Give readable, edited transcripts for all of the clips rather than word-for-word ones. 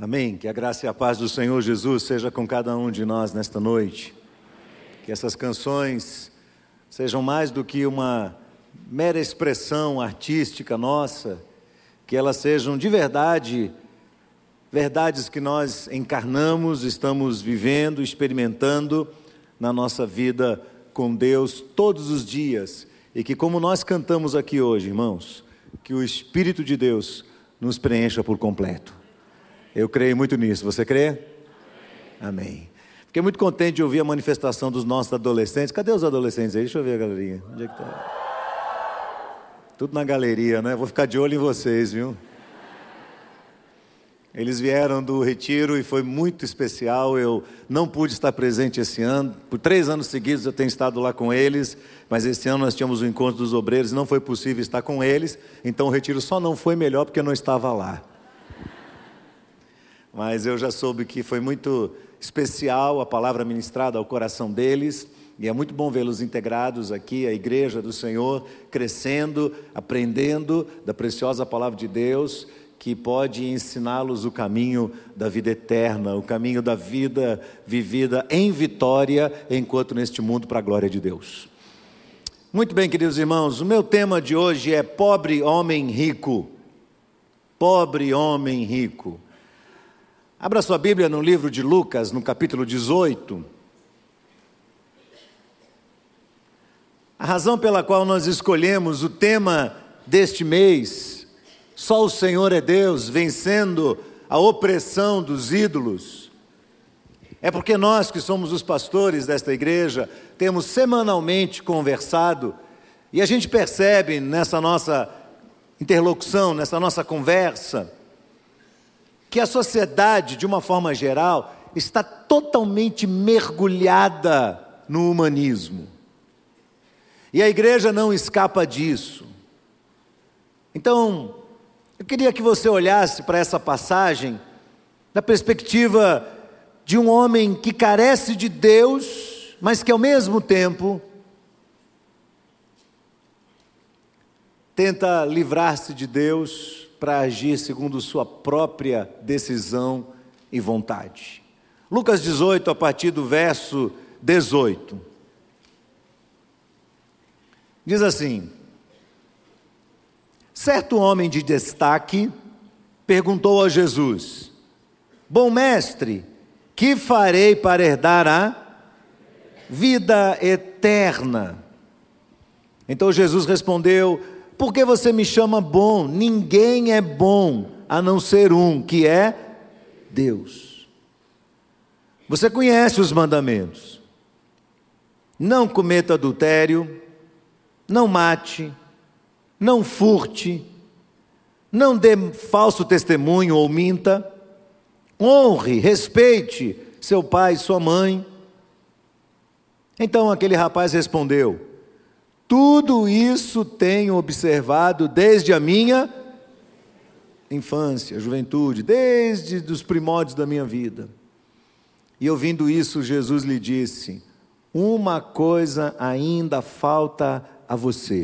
Amém. Que a graça e a paz do Senhor Jesus seja com cada um de nós nesta noite. Que essas canções sejam mais do que uma mera expressão artística nossa, que elas sejam de verdade, verdades que nós encarnamos, estamos vivendo, experimentando na nossa vida com Deus todos os dias. E que como nós cantamos aqui hoje, irmãos, que o Espírito de Deus nos preencha por completo. Eu creio muito nisso. Você crê? Amém. Fiquei muito contente de ouvir a manifestação dos nossos adolescentes. Cadê os adolescentes aí? Deixa eu ver a galerinha. Onde é que tá? Tudo na galeria, né? Vou ficar de olho em vocês, viu? Eles vieram do retiro e foi muito especial. Eu não pude estar presente esse ano. Por 3 anos seguidos eu tenho estado lá com eles, mas esse ano nós tínhamos o encontro dos obreiros e não foi possível estar com eles. Então o retiro só não foi melhor porque eu não estava lá. Mas eu já soube que foi muito especial a palavra ministrada ao coração deles, e é muito bom vê-los integrados aqui, a igreja do Senhor, crescendo, aprendendo da preciosa palavra de Deus, que pode ensiná-los o caminho da vida eterna, o caminho da vida vivida em vitória, enquanto neste mundo, para a glória de Deus. Muito bem, queridos irmãos, o meu tema de hoje é pobre homem rico. Pobre homem rico. Abra sua Bíblia no livro de Lucas, no capítulo 18. A razão pela qual nós escolhemos o tema deste mês, só o Senhor é Deus, vencendo a opressão dos ídolos, é porque nós que somos os pastores desta igreja, temos semanalmente conversado, e a gente percebe nessa nossa interlocução, nessa nossa conversa, que a sociedade, de uma forma geral, está totalmente mergulhada no humanismo. E a igreja não escapa disso. Então, eu queria que você olhasse para essa passagem da perspectiva de um homem que carece de Deus, mas que ao mesmo tempo tenta livrar-se de Deus para agir segundo sua própria decisão e vontade. Lucas 18, a partir do verso 18. Diz assim: certo homem de destaque perguntou a Jesus: bom mestre, que farei para herdar a vida eterna? Então Jesus respondeu: por que você me chama bom? Ninguém é bom, a não ser um, que é Deus. Você conhece os mandamentos: não cometa adultério, não mate, não furte, não dê falso testemunho ou minta, honre, respeite seu pai e sua mãe. Então aquele rapaz respondeu: tudo isso tenho observado desde a minha infância, juventude, desde os primórdios da minha vida. E ouvindo isso, Jesus lhe disse: uma coisa ainda falta a você.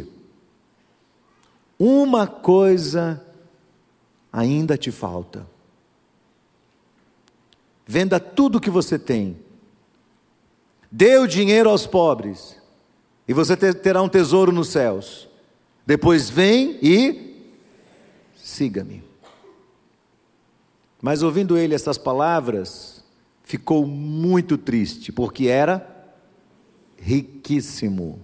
Uma coisa ainda te falta. Venda tudo que você tem. Dê o dinheiro aos pobres. E você terá um tesouro nos céus. Depois vem e siga-me. Mas ouvindo ele essas palavras, ficou muito triste, porque era riquíssimo.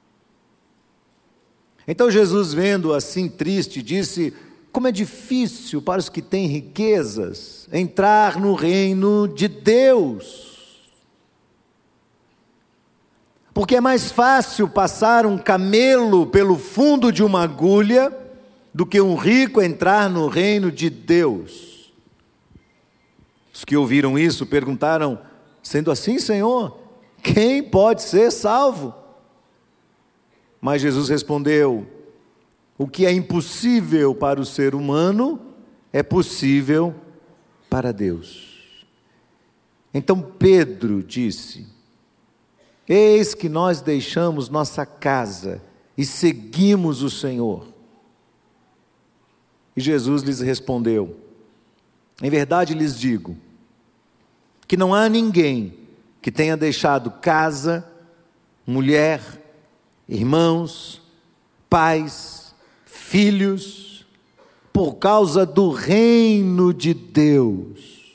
Então Jesus, vendo assim triste, disse: como é difícil para os que têm riquezas entrar no reino de Deus. Porque é mais fácil passar um camelo pelo fundo de uma agulha do que um rico entrar no reino de Deus. Os que ouviram isso perguntaram: sendo assim, Senhor, quem pode ser salvo? Mas Jesus respondeu: o que é impossível para o ser humano é possível para Deus. Então Pedro disse: eis que nós deixamos nossa casa e seguimos o Senhor. E Jesus lhes respondeu: Em verdade lhes digo, que não há ninguém que tenha deixado casa, mulher, irmãos, pais, filhos, por causa do reino de Deus,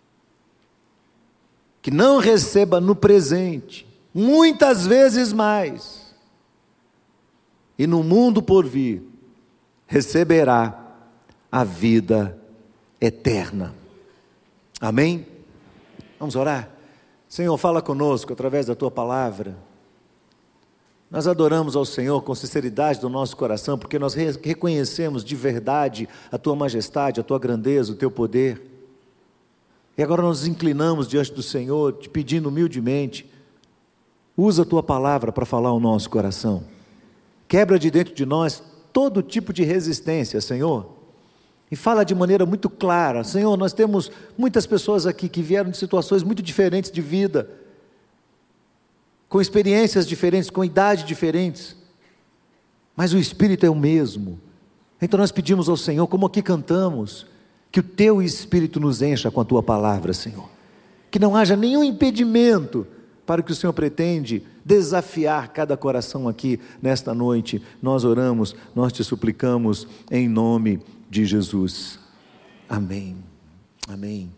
que não receba no presente, muitas vezes mais, e no mundo por vir, receberá a vida eterna. Amém? Vamos orar? Senhor, fala conosco através da Tua palavra. Nós adoramos ao Senhor com sinceridade do nosso coração, porque nós reconhecemos de verdade a Tua majestade, a Tua grandeza, o Teu poder. E agora nós nos inclinamos diante do Senhor, te pedindo humildemente, usa a Tua palavra para falar ao nosso coração. Quebra de dentro de nós todo tipo de resistência, Senhor. E fala de maneira muito clara. Senhor, nós temos muitas pessoas aqui que vieram de situações muito diferentes de vida, com experiências diferentes, com idades diferentes, mas o Espírito é o mesmo. Então nós pedimos ao Senhor, como aqui cantamos, que o Teu Espírito nos encha com a Tua palavra, Senhor. Que não haja nenhum impedimento para o que o Senhor pretende desafiar cada coração aqui nesta noite. Nós oramos, nós te suplicamos em nome de Jesus. Amém. Amém.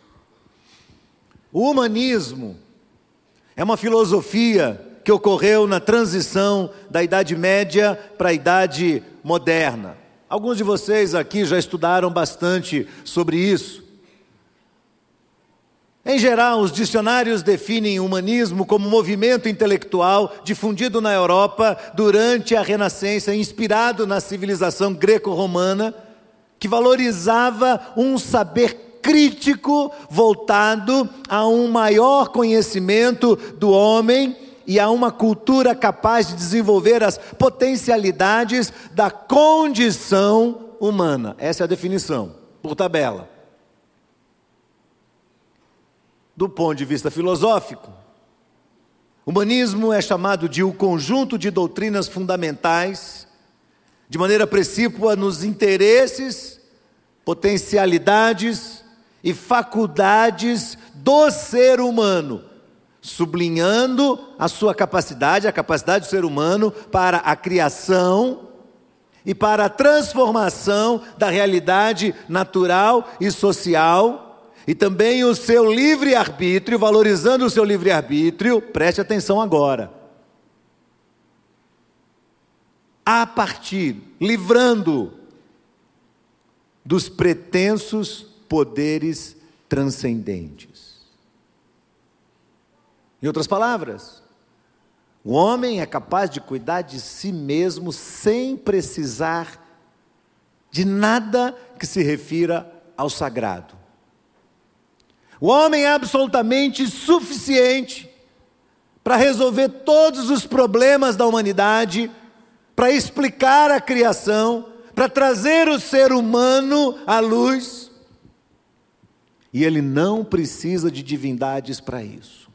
O humanismo é uma filosofia que ocorreu na transição da Idade Média para a Idade Moderna. Alguns de vocês aqui já estudaram bastante sobre isso. Em geral, os dicionários definem o humanismo como um movimento intelectual difundido na Europa durante a Renascença, inspirado na civilização greco-romana, que valorizava um saber crítico voltado a um maior conhecimento do homem e a uma cultura capaz de desenvolver as potencialidades da condição humana. Essa é a definição, por tabela. Do ponto de vista filosófico, o humanismo é chamado de um conjunto de doutrinas fundamentais, de maneira precípua nos interesses, potencialidades e faculdades do ser humano, sublinhando a sua capacidade, a capacidade do ser humano para a criação e para a transformação da realidade natural e social, e também o seu livre-arbítrio, valorizando o seu livre-arbítrio, preste atenção agora, a partir, livrando dos pretensos poderes transcendentes. Em outras palavras, o homem é capaz de cuidar de si mesmo sem precisar de nada que se refira ao sagrado. O homem é absolutamente suficiente para resolver todos os problemas da humanidade, para explicar a criação, para trazer o ser humano à luz, e ele não precisa de divindades para isso.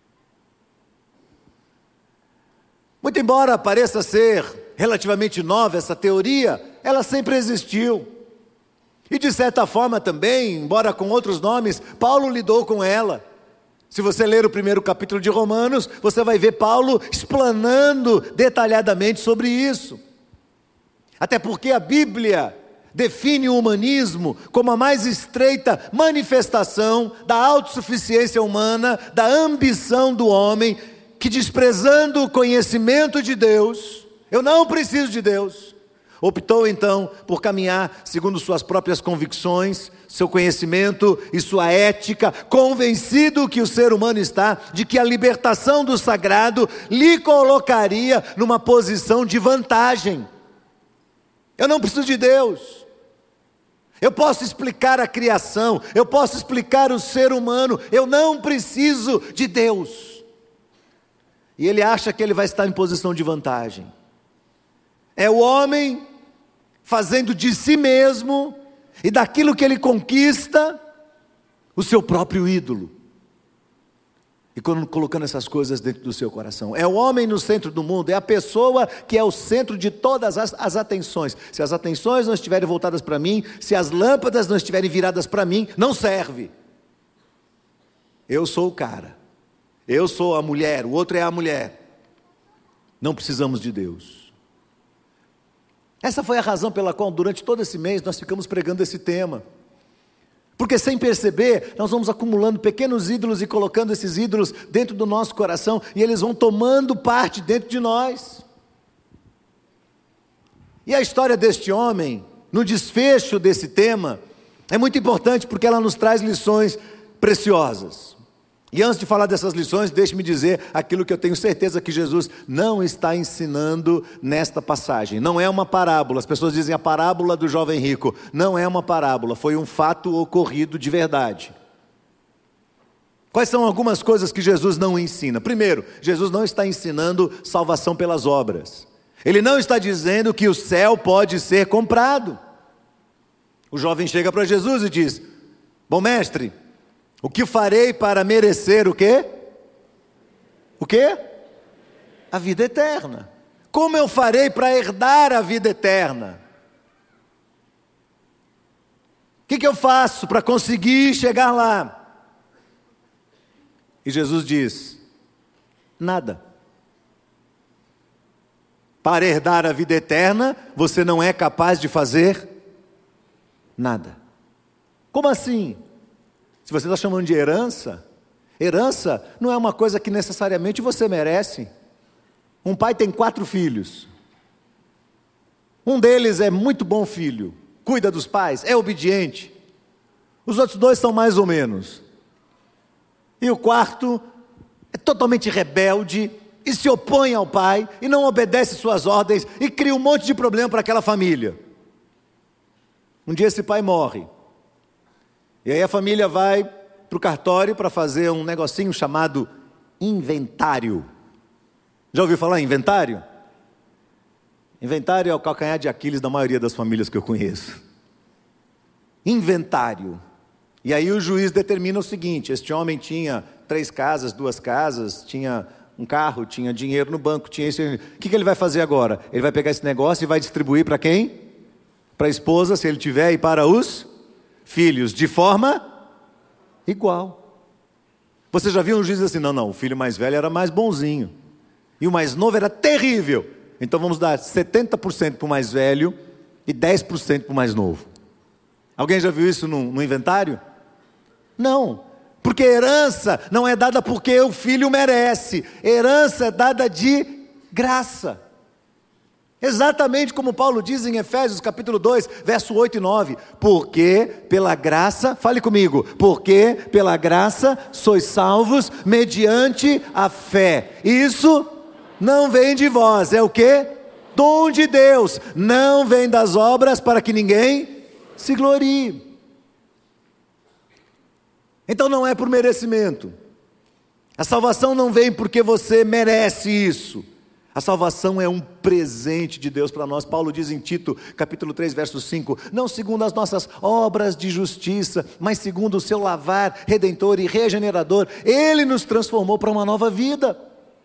Muito embora pareça ser relativamente nova essa teoria, ela sempre existiu. E de certa forma também, embora com outros nomes, Paulo lidou com ela. Se você ler o primeiro capítulo de Romanos, você vai ver Paulo explanando detalhadamente sobre isso. Até porque a Bíblia define o humanismo como a mais estreita manifestação da autossuficiência humana, da ambição do homem, que desprezando o conhecimento de Deus, eu não preciso de Deus, optou então por caminhar segundo suas próprias convicções, seu conhecimento e sua ética, convencido que o ser humano está de que a libertação do sagrado lhe colocaria numa posição de vantagem. Eu não preciso de Deus. Eu posso explicar a criação, eu posso explicar o ser humano, eu não preciso de Deus. E ele acha que ele vai estar em posição de vantagem. É o homem fazendo de si mesmo e daquilo que ele conquista o seu próprio ídolo. E colocando essas coisas dentro do seu coração. É o homem no centro do mundo, é a pessoa que é o centro de todas as atenções. Se as atenções não estiverem voltadas para mim, se as lâmpadas não estiverem viradas para mim, não serve. Eu sou o cara, eu sou a mulher, o outro é a mulher. Não precisamos de Deus. Essa foi a razão pela qual durante todo esse mês nós ficamos pregando esse tema. Porque sem perceber, nós vamos acumulando pequenos ídolos e colocando esses ídolos dentro do nosso coração, e eles vão tomando parte dentro de nós. E a história deste homem, no desfecho desse tema, é muito importante porque ela nos traz lições preciosas. E antes de falar dessas lições, deixe-me dizer aquilo que eu tenho certeza que Jesus não está ensinando nesta passagem. Não é uma parábola. As pessoas dizem a parábola do jovem rico. Não é uma parábola, foi um fato ocorrido de verdade. Quais são algumas coisas que Jesus não ensina? Primeiro, Jesus não está ensinando salvação pelas obras. Ele não está dizendo que o céu pode ser comprado. O jovem chega para Jesus e diz: bom mestre, o que farei para merecer o quê? O quê? A vida eterna. Como eu farei para herdar a vida eterna? O que eu faço para conseguir chegar lá? E Jesus diz: nada. Para herdar a vida eterna, você não é capaz de fazer nada. Como assim? Se você está chamando de herança, herança não é uma coisa que necessariamente você merece. Um pai tem 4 filhos. Um deles é muito bom filho, cuida dos pais, é obediente. Os outros 2 são mais ou menos. E o quarto é totalmente rebelde e se opõe ao pai e não obedece suas ordens e cria um monte de problema para aquela família. Um dia esse pai morre. E aí a família vai para o cartório para fazer um negocinho chamado inventário. Já ouviu falar em inventário? Inventário é o calcanhar de Aquiles da maioria das famílias que eu conheço. Inventário. E aí o juiz determina o seguinte: este homem tinha 3 casas, 2 casas, tinha um carro, tinha dinheiro no banco, tinha isso. O que ele vai fazer agora? Ele vai pegar esse negócio e vai distribuir para quem? Para a esposa, se ele tiver, e para os filhos, de forma igual. Você já viu um juiz assim: não, o filho mais velho era mais bonzinho, e o mais novo era terrível, então vamos dar 70% para o mais velho, e 10% para o mais novo. Alguém já viu isso no inventário? Não, porque herança não é dada porque o filho merece, herança é dada de graça. Exatamente como Paulo diz em Efésios capítulo 2, verso 8 e 9. Porque pela graça, fale comigo, porque pela graça sois salvos mediante a fé. Isso não vem de vós, é o quê? Dom de Deus, não vem das obras para que ninguém se glorie. Então não é por merecimento. A salvação não vem porque você merece isso. A salvação é um presente de Deus para nós. Paulo diz em Tito, capítulo 3, verso 5, não segundo as nossas obras de justiça, mas segundo o seu lavar redentor e regenerador, Ele nos transformou para uma nova vida.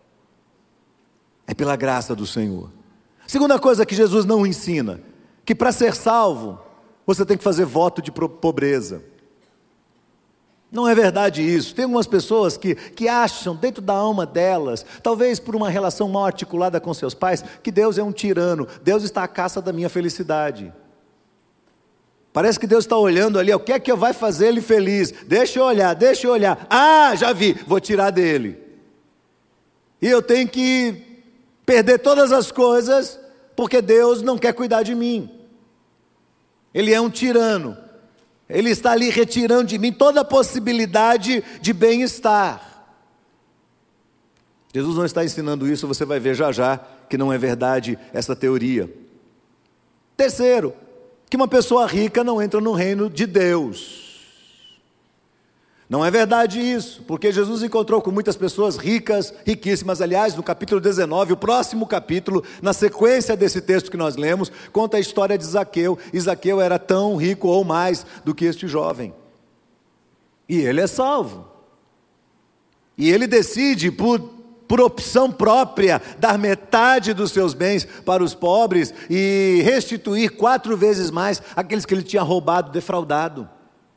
É pela graça do Senhor. Segunda coisa que Jesus não ensina, que para ser salvo, você tem que fazer voto de pobreza. Não é verdade isso. Tem algumas pessoas que acham dentro da alma delas, talvez por uma relação mal articulada com seus pais, que Deus é um tirano, Deus está à caça da minha felicidade. Parece que Deus está olhando ali, o que é que vai fazer ele feliz? Deixa eu olhar, ah, já vi, vou tirar dele. E eu tenho que perder todas as coisas, porque Deus não quer cuidar de mim. Ele é um tirano. Ele está ali retirando de mim toda a possibilidade de bem-estar. Jesus não está ensinando isso, você vai ver já que não é verdade essa teoria. Terceiro, que uma pessoa rica não entra no reino de Deus. Não é verdade isso, porque Jesus encontrou com muitas pessoas ricas, riquíssimas. Aliás, no capítulo 19, o próximo capítulo, na sequência desse texto que nós lemos, conta a história de Zaqueu. E Zaqueu era tão rico ou mais do que este jovem. E ele é salvo. E ele decide, por opção própria, dar metade dos seus bens para os pobres e restituir 4 vezes mais aqueles que ele tinha roubado, defraudado.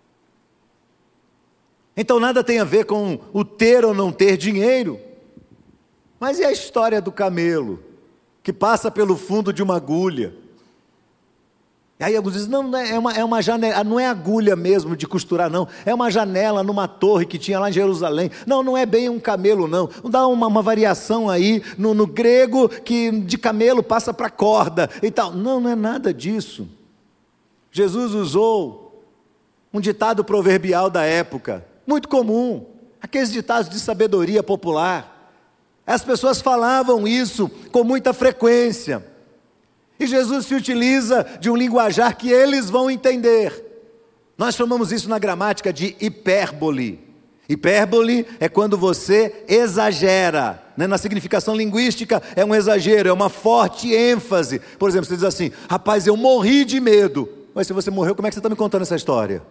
Então nada tem a ver com o ter ou não ter dinheiro. Mas e a história do camelo, que passa pelo fundo de uma agulha? E aí alguns dizem, não, é uma janela, não é agulha mesmo de costurar não, é uma janela numa torre que tinha lá em Jerusalém. Não é bem um camelo não, dá uma variação aí no grego, que de camelo passa para corda e tal. Não é nada disso. Jesus usou um ditado proverbial da época, muito comum, aqueles ditados de sabedoria popular. As pessoas falavam isso com muita frequência. E Jesus se utiliza de um linguajar que eles vão entender. Nós chamamos isso na gramática de hipérbole. Hipérbole é quando você exagera, né? Na significação linguística é um exagero, é uma forte ênfase. Por exemplo, você diz assim, rapaz, eu morri de medo. Mas se você morreu, como é que você está me contando essa história?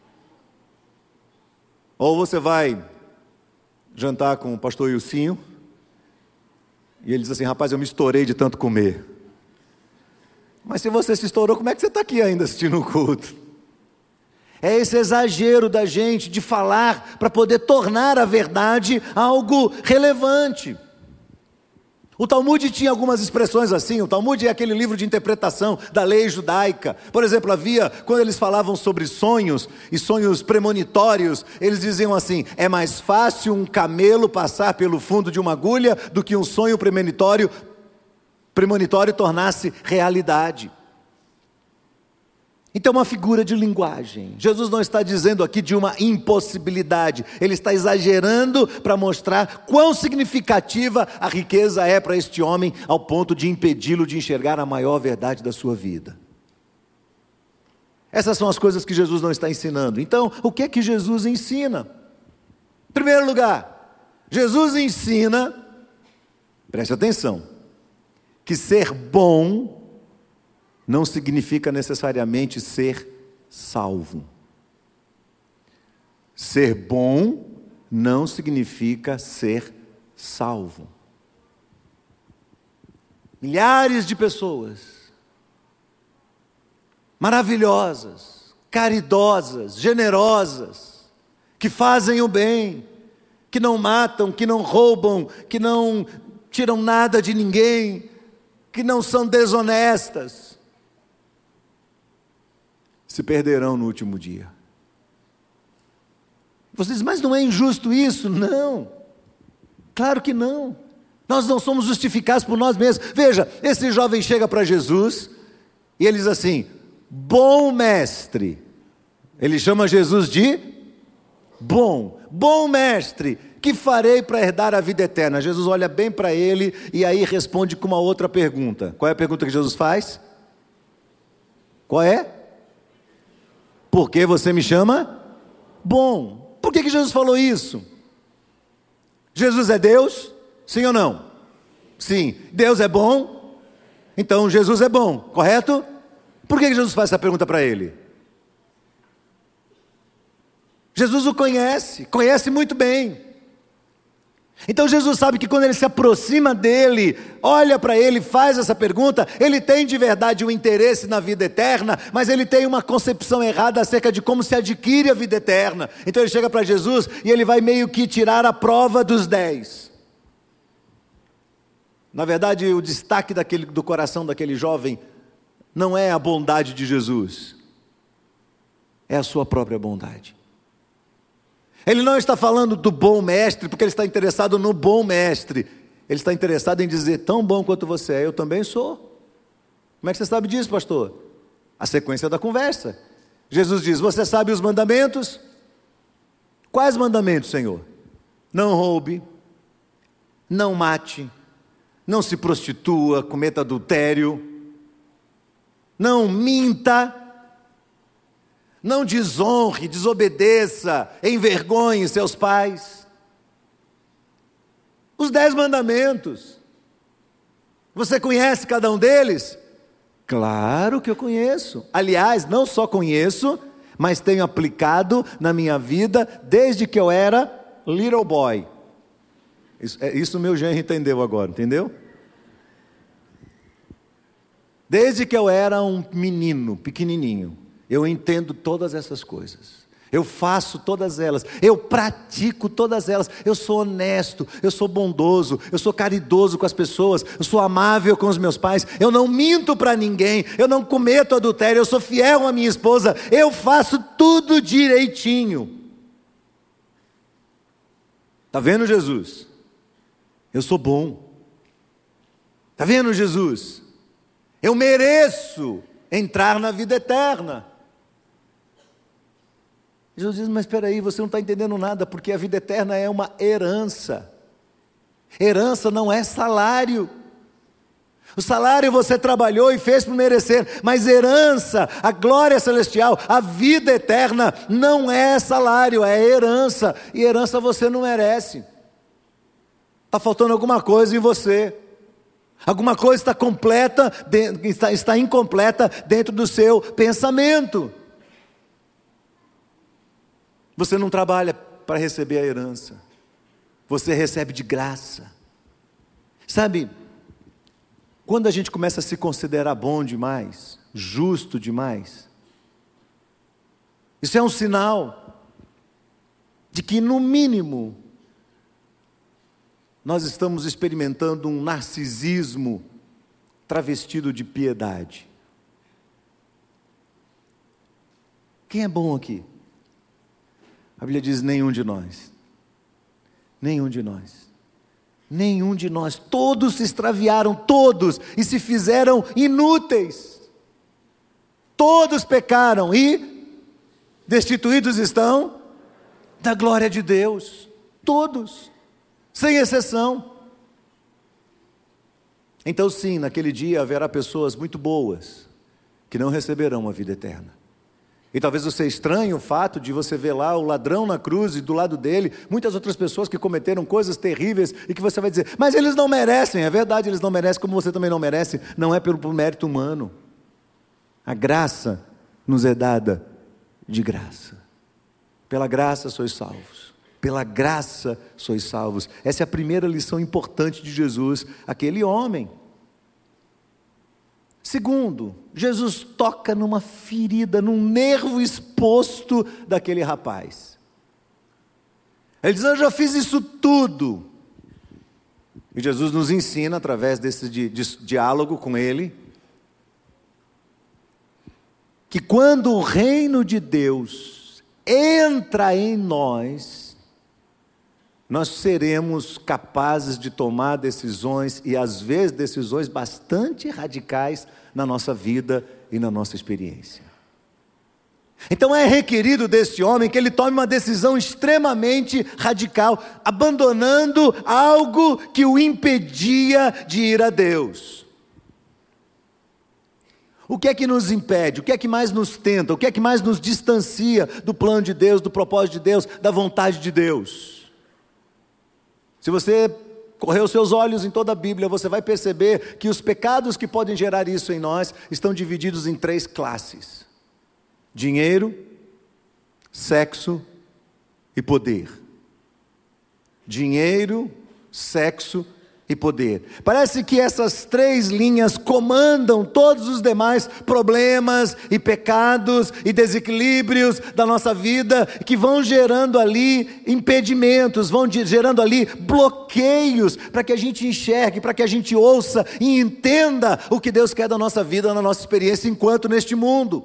Ou você vai jantar com o pastor Ilcinho, e ele diz assim, rapaz, eu me estourei de tanto comer. Mas se você se estourou, como é que você está aqui ainda assistindo o culto? É esse exagero da gente de falar para poder tornar a verdade algo relevante. O Talmud tinha algumas expressões assim. O Talmud é aquele livro de interpretação da lei judaica. Por exemplo, quando eles falavam sobre sonhos e sonhos premonitórios, eles diziam assim, é mais fácil um camelo passar pelo fundo de uma agulha do que um sonho premonitório tornasse realidade. Então é uma figura de linguagem. Jesus não está dizendo aqui de uma impossibilidade, ele está exagerando para mostrar quão significativa a riqueza é para este homem, ao ponto de impedi-lo de enxergar a maior verdade da sua vida. Essas são as coisas que Jesus não está ensinando. Então, o que é que Jesus ensina? Em primeiro lugar, Jesus ensina, preste atenção, que ser bom não significa necessariamente ser salvo. Ser bom não significa ser salvo. Milhares de pessoas maravilhosas, caridosas, generosas, que fazem o bem, que não matam, que não roubam, que não tiram nada de ninguém, que não são desonestas, se perderão no último dia. Você diz, mas não é injusto isso? Não, claro que não. Nós não somos justificados por nós mesmos. Veja, esse jovem chega para Jesus e ele diz assim, bom mestre. Ele chama Jesus de bom mestre. Que farei para herdar a vida eterna? Jesus olha bem para ele e aí responde com uma outra pergunta. Qual é a pergunta que Jesus faz? Qual é? Por que você me chama bom? Por que Jesus falou isso? Jesus é Deus? Sim ou não? Sim. Deus é bom? Então Jesus é bom, correto? Por que Jesus faz essa pergunta para ele? Jesus o conhece muito bem. Então Jesus sabe que quando ele se aproxima dele, olha para ele, faz essa pergunta, ele tem de verdade um interesse na vida eterna, mas ele tem uma concepção errada acerca de como se adquire a vida eterna. Então ele chega para Jesus e ele vai meio que tirar a prova dos 10. Na verdade, o destaque do coração daquele jovem não é a bondade de Jesus, é a sua própria bondade. Ele não está falando do bom mestre, porque ele está interessado no bom mestre. Ele está interessado em dizer, tão bom quanto você é, eu também sou. Como é que você sabe disso, pastor? A sequência da conversa. Jesus diz, você sabe os mandamentos? Quais mandamentos, Senhor? Não roube, não mate, não se prostitua, cometa adultério, não minta, não desonre, desobedeça, envergonhe seus pais. Os 10 mandamentos. Você conhece cada um deles? Claro que eu conheço. Aliás, não só conheço, mas tenho aplicado na minha vida desde que eu era little boy. Isso meu genro entendeu agora, entendeu? Desde que eu era um menino, pequenininho, eu entendo todas essas coisas. Eu faço todas elas, eu pratico todas elas, eu sou honesto, eu sou bondoso, eu sou caridoso com as pessoas, eu sou amável com os meus pais, eu não minto para ninguém, eu não cometo adultério, eu sou fiel à minha esposa, eu faço tudo direitinho. Está vendo, Jesus? Eu sou bom. Está vendo, Jesus? Eu mereço entrar na vida eterna. Jesus diz, mas espera aí, você não está entendendo nada, porque a vida eterna é uma herança. Herança não é salário. O salário você trabalhou e fez por merecer, mas herança, a glória celestial, a vida eterna não é salário, é herança. E herança você não merece. Está faltando alguma coisa em você. Alguma coisa está completa, está incompleta dentro do seu pensamento. Você não trabalha para receber a herança. Você recebe de graça. Sabe, quando a gente começa a se considerar bom demais, justo demais, isso é um sinal de que, no mínimo, nós estamos experimentando um narcisismo travestido de piedade. Quem é bom aqui? A Bíblia diz, nenhum de nós. Nenhum de nós. Nenhum de nós. Todos se extraviaram, todos, e se fizeram inúteis. Todos pecaram e destituídos estão da glória de Deus. Todos, sem exceção. Então sim, naquele dia haverá pessoas muito boas que não receberão a vida eterna. E talvez você estranhe o fato de você ver lá o ladrão na cruz e do lado dele muitas outras pessoas que cometeram coisas terríveis e que você vai dizer, mas eles não merecem. É verdade, eles não merecem, como você também não merece. Não é pelo mérito humano. A graça nos é dada de graça. Pela graça sois salvos. Pela graça sois salvos. Essa é a primeira lição importante de Jesus, aquele homem. Segundo, Jesus toca numa ferida, num nervo exposto daquele rapaz. Ele diz, eu já fiz isso tudo. E Jesus nos ensina, através desse diálogo com ele, que quando o reino de Deus entra em nós seremos capazes de tomar decisões, e às vezes decisões bastante radicais na nossa vida e na nossa experiência. Então é requerido deste homem que ele tome uma decisão extremamente radical, abandonando algo que o impedia de ir a Deus. O que é que nos impede? O que é que mais nos tenta? O que é que mais nos distancia do plano de Deus, do propósito de Deus, da vontade de Deus? Se você correr os seus olhos em toda a Bíblia, você vai perceber que os pecados que podem gerar isso em nós estão divididos em 3 classes: dinheiro, sexo e poder. Dinheiro, sexo e poder. Parece que essas 3 linhas comandam todos os demais problemas e pecados e desequilíbrios da nossa vida, que vão gerando ali impedimentos, vão gerando ali bloqueios para que a gente enxergue, para que a gente ouça e entenda o que Deus quer da nossa vida, na nossa experiência enquanto neste mundo.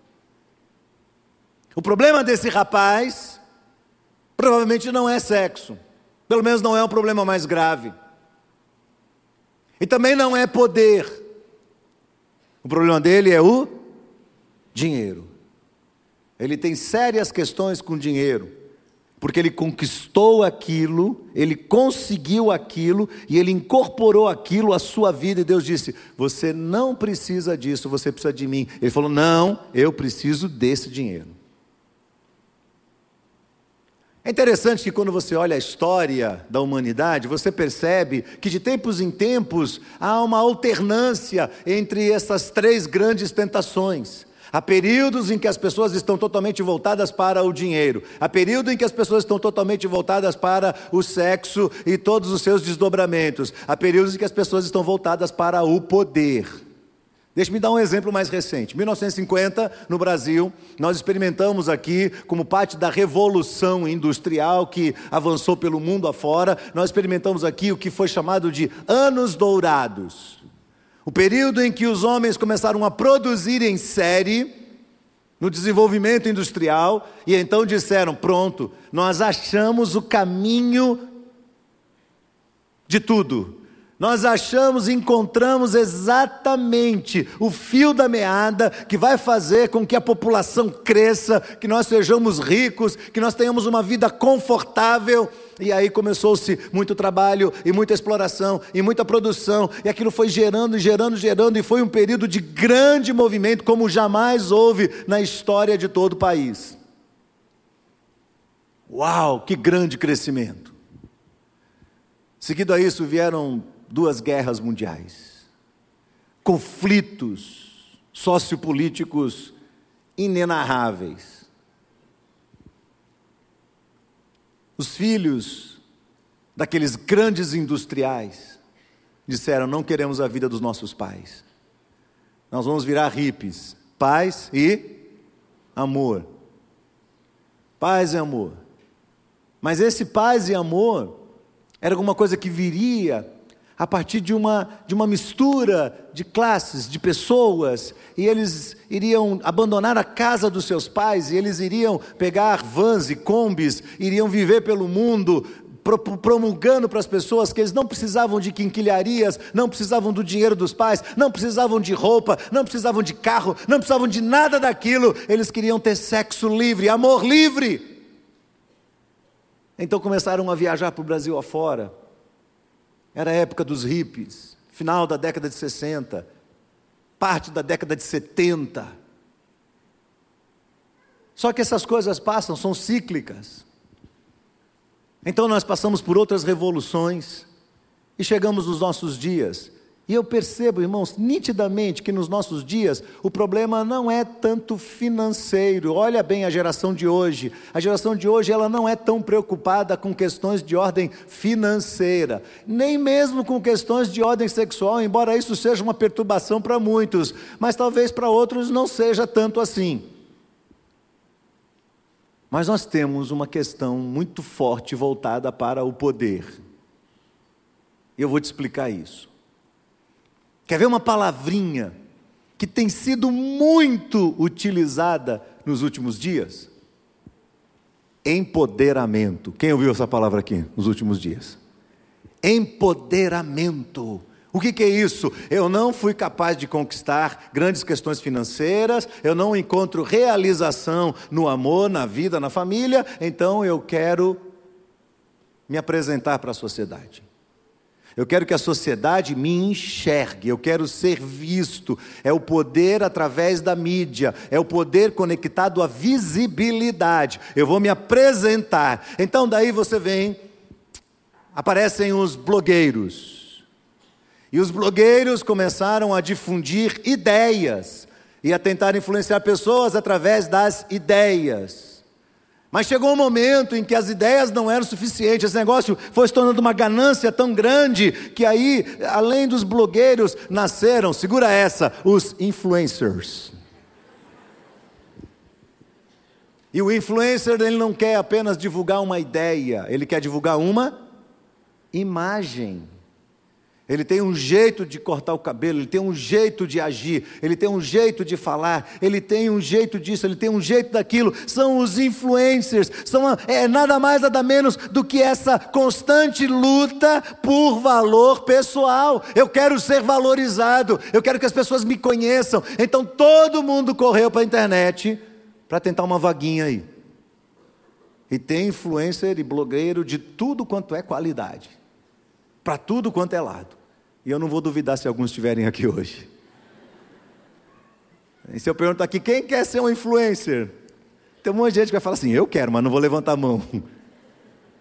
O problema desse rapaz provavelmente não é sexo, pelo menos não é um problema mais grave. E também não é poder. O problema dele é o dinheiro. Ele tem sérias questões com dinheiro, porque ele conquistou aquilo, ele conseguiu aquilo, e ele incorporou aquilo à sua vida, e Deus disse, você não precisa disso, você precisa de mim. Ele falou, não, eu preciso desse dinheiro. É interessante que quando você olha a história da humanidade, você percebe que de tempos em tempos há uma alternância entre essas 3 grandes tentações. Há períodos em que as pessoas estão totalmente voltadas para o dinheiro. Há período em que as pessoas estão totalmente voltadas para o sexo e todos os seus desdobramentos. Há períodos em que as pessoas estão voltadas para o poder. Deixe-me dar um exemplo mais recente. Em 1950, no Brasil, nós experimentamos aqui, como parte da revolução industrial que avançou pelo mundo afora, nós experimentamos aqui o que foi chamado de Anos Dourados. O período em que os homens começaram a produzir em série, no desenvolvimento industrial, e então disseram, pronto, nós achamos o caminho de tudo. Nós achamos e encontramos exatamente o fio da meada que vai fazer com que a população cresça, que nós sejamos ricos, que nós tenhamos uma vida confortável. E aí começou-se muito trabalho e muita exploração e muita produção, e aquilo foi gerando, e foi um período de grande movimento como jamais houve na história de todo o país. Uau, que grande crescimento! Seguido a isso vieram 2 guerras mundiais, conflitos sociopolíticos inenarráveis. Os filhos daqueles grandes industriais disseram, não queremos a vida dos nossos pais. Nós vamos virar hippies, paz e amor. Paz e amor. Mas esse paz e amor era alguma coisa que viria a partir de uma mistura de classes, de pessoas, e eles iriam abandonar a casa dos seus pais, e eles iriam pegar vans e combis, iriam viver pelo mundo, promulgando para as pessoas que eles não precisavam de quinquilharias, não precisavam do dinheiro dos pais, não precisavam de roupa, não precisavam de carro, não precisavam de nada daquilo, eles queriam ter sexo livre, amor livre. Então começaram a viajar para o Brasil afora. Era a época dos hippies, final da década de 60, parte da década de 70. Só que essas coisas passam, são cíclicas. Então nós passamos por outras revoluções e chegamos nos nossos dias. E eu percebo, irmãos, nitidamente que nos nossos dias o problema não é tanto financeiro. Olha bem a geração de hoje. A geração de hoje ela não é tão preocupada com questões de ordem financeira, nem mesmo com questões de ordem sexual, embora isso seja uma perturbação para muitos, mas talvez para outros não seja tanto assim. Mas nós temos uma questão muito forte voltada para o poder. E eu vou te explicar isso. Quer ver uma palavrinha que tem sido muito utilizada nos últimos dias? Empoderamento. Quem ouviu essa palavra aqui nos últimos dias? Empoderamento. O que é isso? Eu não fui capaz de conquistar grandes questões financeiras, eu não encontro realização no amor, na vida, na família, então eu quero me apresentar para a sociedade. Eu quero que a sociedade me enxergue, eu quero ser visto. É o poder através da mídia, é o poder conectado à visibilidade. Eu vou me apresentar. Então daí você vem, aparecem os blogueiros. E os blogueiros começaram a difundir ideias e a tentar influenciar pessoas através das ideias. Mas chegou um momento em que as ideias não eram suficientes, esse negócio foi se tornando uma ganância tão grande, que aí, além dos blogueiros, nasceram, segura essa, os influencers. E o influencer, ele não quer apenas divulgar uma ideia, ele quer divulgar uma imagem. Ele tem um jeito de cortar o cabelo, ele tem um jeito de agir, ele tem um jeito de falar, ele tem um jeito disso, ele tem um jeito daquilo. São os influencers, nada mais nada menos do que essa constante luta por valor pessoal. Eu quero ser valorizado, eu quero que as pessoas me conheçam. Então todo mundo correu para a internet para tentar uma vaguinha aí. E tem influencer e blogueiro de tudo quanto é qualidade, para tudo quanto é lado. E eu não vou duvidar se alguns estiverem aqui hoje. E se eu perguntar aqui, quem quer ser um influencer? Tem um monte de gente que vai falar assim, eu quero, mas não vou levantar a mão.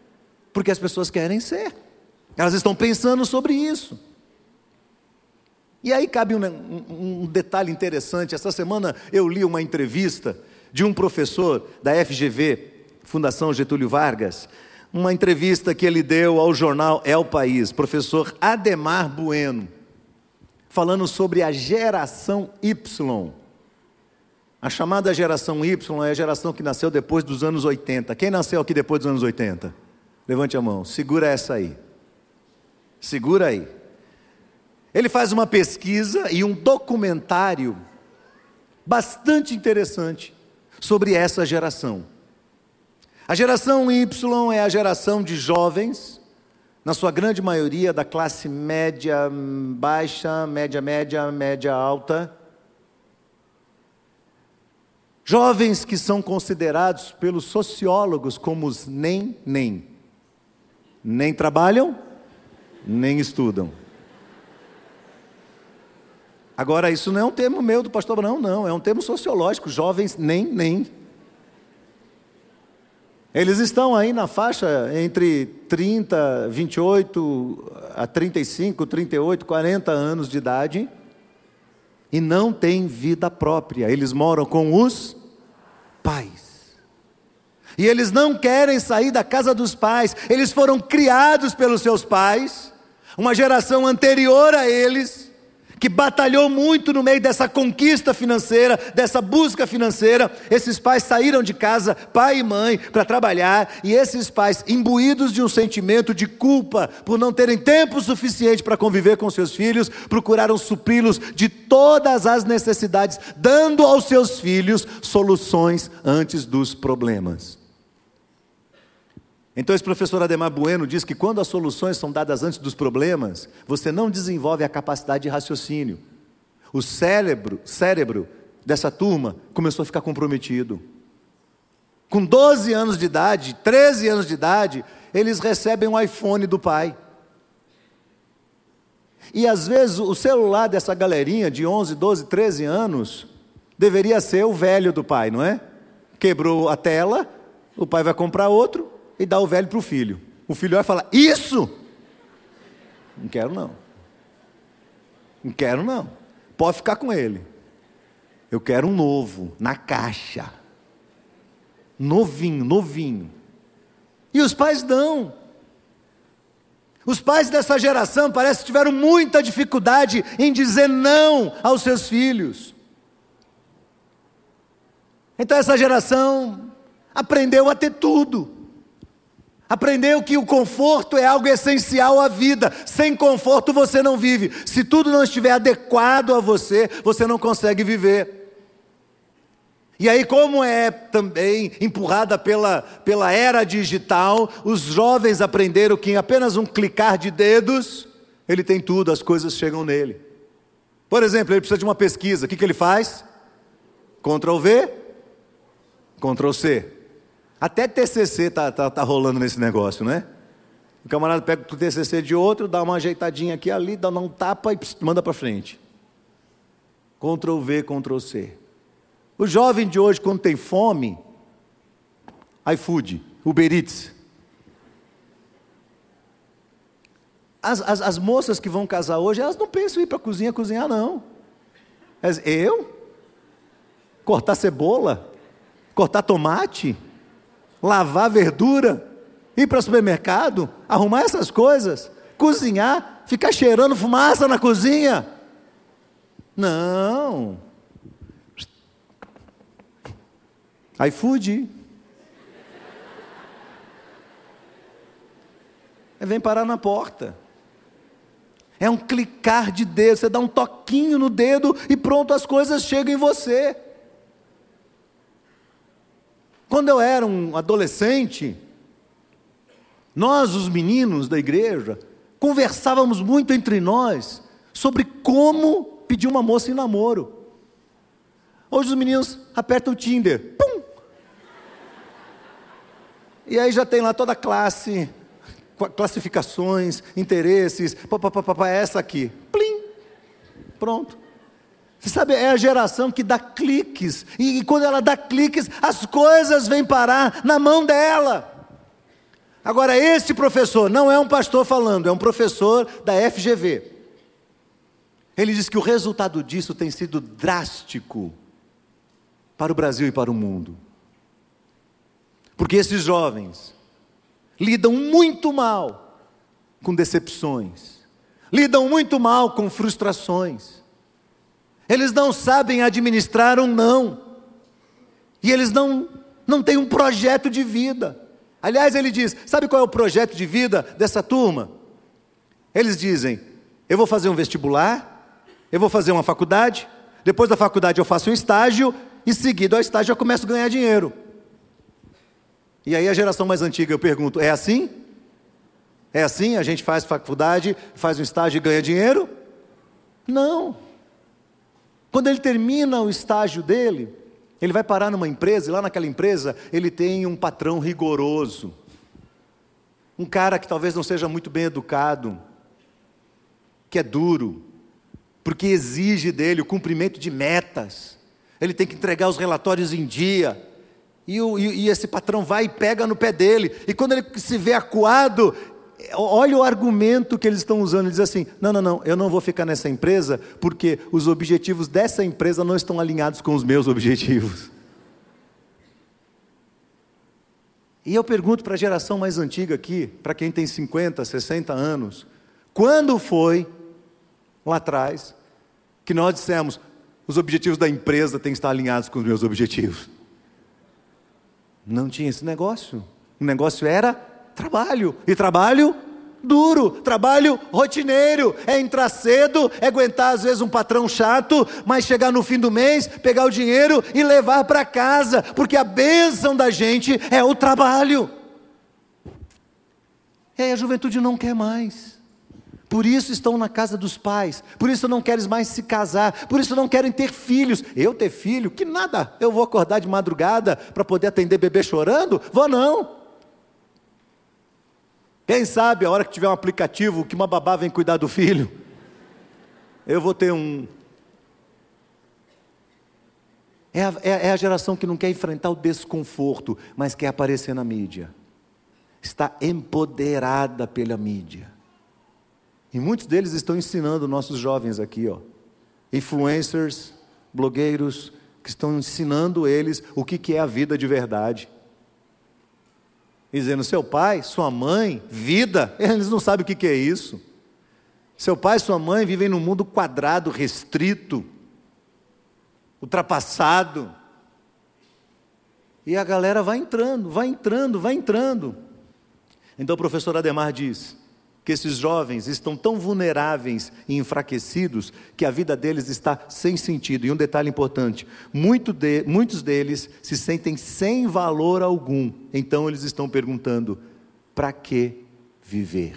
Porque as pessoas querem ser. Elas estão pensando sobre isso. E aí cabe um detalhe interessante. Essa semana eu li uma entrevista de um professor da FGV, Fundação Getúlio Vargas, uma entrevista que ele deu ao jornal El País, professor Ademar Bueno, falando sobre a geração Y. A chamada geração Y é a geração que nasceu depois dos anos 80. Quem nasceu aqui depois dos anos 80? Levante a mão, segura essa aí. Segura aí. Ele faz uma pesquisa e um documentário bastante interessante sobre essa geração. A geração Y é a geração de jovens, na sua grande maioria da classe média baixa, média alta. Jovens que são considerados pelos sociólogos como os nem. Nem trabalham, nem estudam. Agora, isso não é um termo meu do pastor Abraão, não. É um termo sociológico. Jovens nem. Eles estão aí na faixa entre 28 a 35, 38, 40 anos de idade. E não têm vida própria. Eles moram com os pais. E eles não querem sair da casa dos pais. Eles foram criados pelos seus pais. Uma geração anterior a eles, que batalhou muito no meio dessa conquista financeira, dessa busca financeira. Esses pais saíram de casa, pai e mãe, para trabalhar, e esses pais, imbuídos de um sentimento de culpa, por não terem tempo suficiente para conviver com seus filhos, procuraram supri-los de todas as necessidades, dando aos seus filhos soluções antes dos problemas. Então esse professor Ademar Bueno diz que quando as soluções são dadas antes dos problemas, você não desenvolve a capacidade de raciocínio. O cérebro dessa turma começou a ficar comprometido. Com 12 anos de idade, 13 anos de idade, eles recebem um iPhone do pai. E às vezes o celular dessa galerinha de 11, 12, 13 anos, deveria ser o velho do pai, não é? Quebrou a tela, o pai vai comprar outro, e dá o velho para o filho. O filho vai falar, isso? Não quero não. Não quero não. Pode ficar com ele. Eu quero um novo, na caixa. Novinho. E os pais dão. Os pais dessa geração parece que tiveram muita dificuldade em dizer não aos seus filhos. Então essa geração aprendeu a ter tudo. Aprendeu que o conforto é algo essencial à vida. Sem conforto você não vive. Se tudo não estiver adequado a você, você não consegue viver. E aí, como é também empurrada pela era digital, os jovens aprenderam que em apenas um clicar de dedos, ele tem tudo, as coisas chegam nele. Por exemplo, ele precisa de uma pesquisa. O que ele faz? Ctrl+V, Ctrl+C. Até TCC tá rolando nesse negócio, né? O camarada pega o TCC de outro, dá uma ajeitadinha aqui ali, dá um tapa e manda para frente. Ctrl+V, Ctrl+C. O jovem de hoje, quando tem fome, iFood, Uber Eats. As moças que vão casar hoje, elas não pensam em ir para a cozinha cozinhar, não. Eu? Cortar cebola? Cortar tomate? Lavar verdura, ir para o supermercado, arrumar essas coisas, cozinhar, ficar cheirando fumaça na cozinha. Não. iFood. Vem parar na porta. É um clicar de dedo, você dá um toquinho no dedo e pronto, as coisas chegam em você. Quando eu era um adolescente, nós, os meninos da igreja, conversávamos muito entre nós sobre como pedir uma moça em namoro. Hoje os meninos apertam o Tinder, pum! E aí já tem lá toda a classe, classificações, interesses, essa aqui, plim, pronto. Você sabe, é a geração que dá cliques, e quando ela dá cliques, as coisas vêm parar na mão dela. Agora, este professor não é um pastor falando, é um professor da FGV. Ele diz que o resultado disso tem sido drástico para o Brasil e para o mundo. Porque esses jovens lidam muito mal com decepções, lidam muito mal com frustrações. Eles não sabem administrar um não. E eles não têm um projeto de vida. Aliás, ele diz, sabe qual é o projeto de vida dessa turma? Eles dizem, eu vou fazer um vestibular, eu vou fazer uma faculdade, depois da faculdade eu faço um estágio, e seguido ao estágio eu começo a ganhar dinheiro. E aí a geração mais antiga, eu pergunto, é assim? É assim? A gente faz faculdade, faz um estágio e ganha dinheiro? Não. Quando ele termina o estágio dele, ele vai parar numa empresa, e lá naquela empresa ele tem um patrão rigoroso. Um cara que talvez não seja muito bem educado, que é duro, porque exige dele o cumprimento de metas. Ele tem que entregar os relatórios em dia. E esse patrão vai e pega no pé dele. E quando ele se vê acuado, olha o argumento que eles estão usando. Ele diz assim, não, eu não vou ficar nessa empresa, porque os objetivos dessa empresa não estão alinhados com os meus objetivos. E eu pergunto para a geração mais antiga aqui, para quem tem 50, 60 anos, quando foi, lá atrás, que nós dissemos, os objetivos da empresa têm que estar alinhados com os meus objetivos? Não tinha esse negócio. O negócio era trabalho, e trabalho duro, trabalho rotineiro, é entrar cedo, é aguentar às vezes um patrão chato, mas chegar no fim do mês, pegar o dinheiro e levar para casa, porque a bênção da gente é o trabalho. E aí a juventude não quer mais, por isso estão na casa dos pais, por isso não querem mais se casar, por isso não querem ter filhos. Eu ter filho? Que nada, eu vou acordar de madrugada para poder atender bebê chorando? Vou não. Quem sabe a hora que tiver um aplicativo que uma babá vem cuidar do filho, eu vou ter um... É a geração que não quer enfrentar o desconforto, mas quer aparecer na mídia. Está empoderada pela mídia. E muitos deles estão ensinando nossos jovens aqui, influencers, blogueiros, que estão ensinando eles o que é a vida de verdade. Dizendo, seu pai, sua mãe, vida, eles não sabem o que é isso. Seu pai e sua mãe vivem num mundo quadrado, restrito, ultrapassado. E a galera vai entrando. Então o professor Ademar diz que esses jovens estão tão vulneráveis e enfraquecidos que a vida deles está sem sentido. E um detalhe importante, muitos deles se sentem sem valor algum. Então eles estão perguntando, para que viver?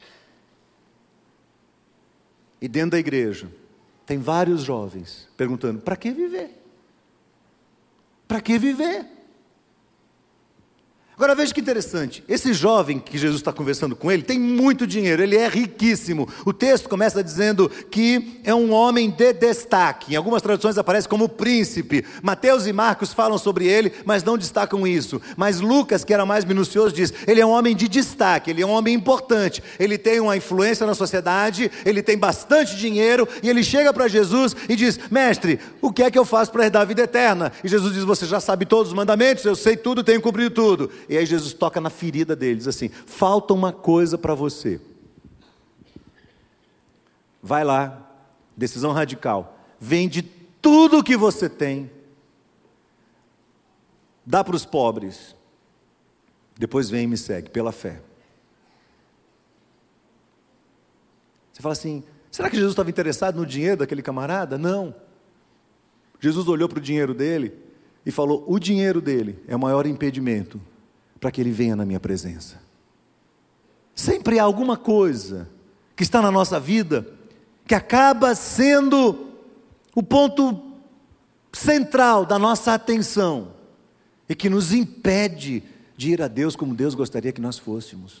E dentro da igreja, tem vários jovens perguntando, para que viver? Para que viver? Agora veja que interessante, esse jovem que Jesus está conversando com ele, tem muito dinheiro, ele é riquíssimo. O texto começa dizendo que é um homem de destaque, em algumas traduções aparece como príncipe. Mateus e Marcos falam sobre ele, mas não destacam isso. Mas Lucas, que era mais minucioso, diz, ele é um homem de destaque, ele é um homem importante, ele tem uma influência na sociedade, ele tem bastante dinheiro, e ele chega para Jesus e diz, mestre, o que é que eu faço para herdar a vida eterna? E Jesus diz, você já sabe todos os mandamentos, eu sei tudo, tenho cumprido tudo. E aí Jesus toca na ferida dele, diz assim, falta uma coisa para você. Vai lá, decisão radical, vende tudo o que você tem, dá para os pobres, depois vem e me segue, pela fé. Você fala assim, será que Jesus estava interessado no dinheiro daquele camarada? Não. Jesus olhou para o dinheiro dele e falou, o dinheiro dele é o maior impedimento para que ele venha na minha presença. Sempre há alguma coisa que está na nossa vida que acaba sendo o ponto central da nossa atenção e que nos impede de ir a Deus como Deus gostaria que nós fôssemos.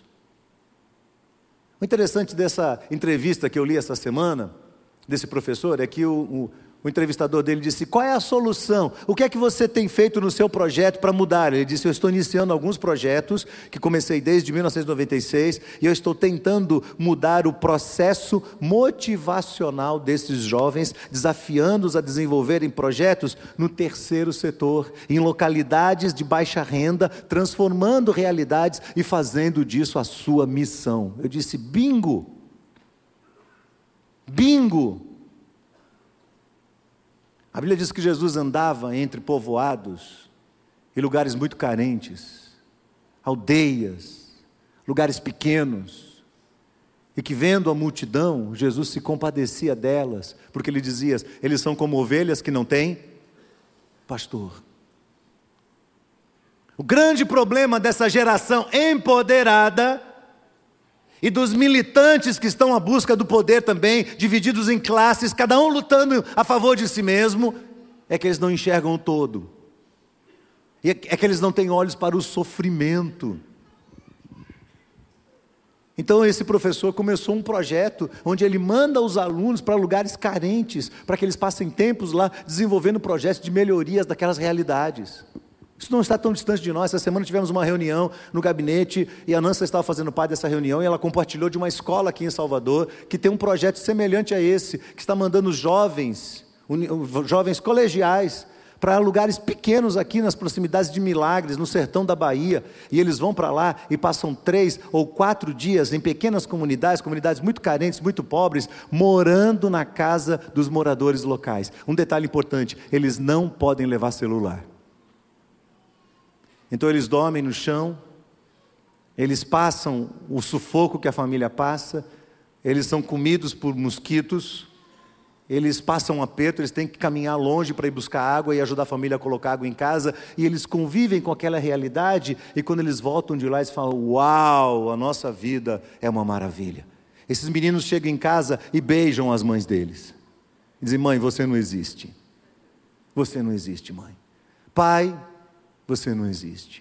O interessante dessa entrevista que eu li essa semana, desse professor, é que o O entrevistador dele disse: qual é a solução? O que é que você tem feito no seu projeto para mudar? Ele disse: eu estou iniciando alguns projetos, que comecei desde 1996, e eu estou tentando mudar o processo motivacional desses jovens, desafiando-os a desenvolverem projetos no terceiro setor, em localidades de baixa renda, transformando realidades e fazendo disso a sua missão. Eu disse: bingo! Bingo! A Bíblia diz que Jesus andava entre povoados e lugares muito carentes, aldeias, lugares pequenos, e que vendo a multidão, Jesus se compadecia delas, porque ele dizia: eles são como ovelhas que não têm pastor. O grande problema dessa geração empoderada e dos militantes que estão à busca do poder também, divididos em classes, cada um lutando a favor de si mesmo, é que eles não enxergam o todo. É que eles não têm olhos para o sofrimento. Então esse professor começou um projeto onde ele manda os alunos para lugares carentes, para que eles passem tempos lá desenvolvendo projetos de melhorias daquelas realidades. Isso não está tão distante de nós. Essa semana tivemos uma reunião no gabinete e a Nancy estava fazendo parte dessa reunião e ela compartilhou de uma escola aqui em Salvador que tem um projeto semelhante a esse, que está mandando jovens colegiais para lugares pequenos aqui nas proximidades de Milagres, no sertão da Bahia, e eles vão para lá e passam 3 ou 4 dias em pequenas comunidades muito carentes, muito pobres, morando na casa dos moradores locais. Um detalhe importante: eles não podem levar celular. Então eles dormem no chão, eles passam o sufoco que a família passa, eles são comidos por mosquitos, eles passam um aperto, eles têm que caminhar longe para ir buscar água e ajudar a família a colocar água em casa, e eles convivem com aquela realidade, e quando eles voltam de lá, eles falam: uau, a nossa vida é uma maravilha. Esses meninos chegam em casa e beijam as mães deles, e dizem: mãe, você não existe. Você não existe, mãe. Pai, você não existe.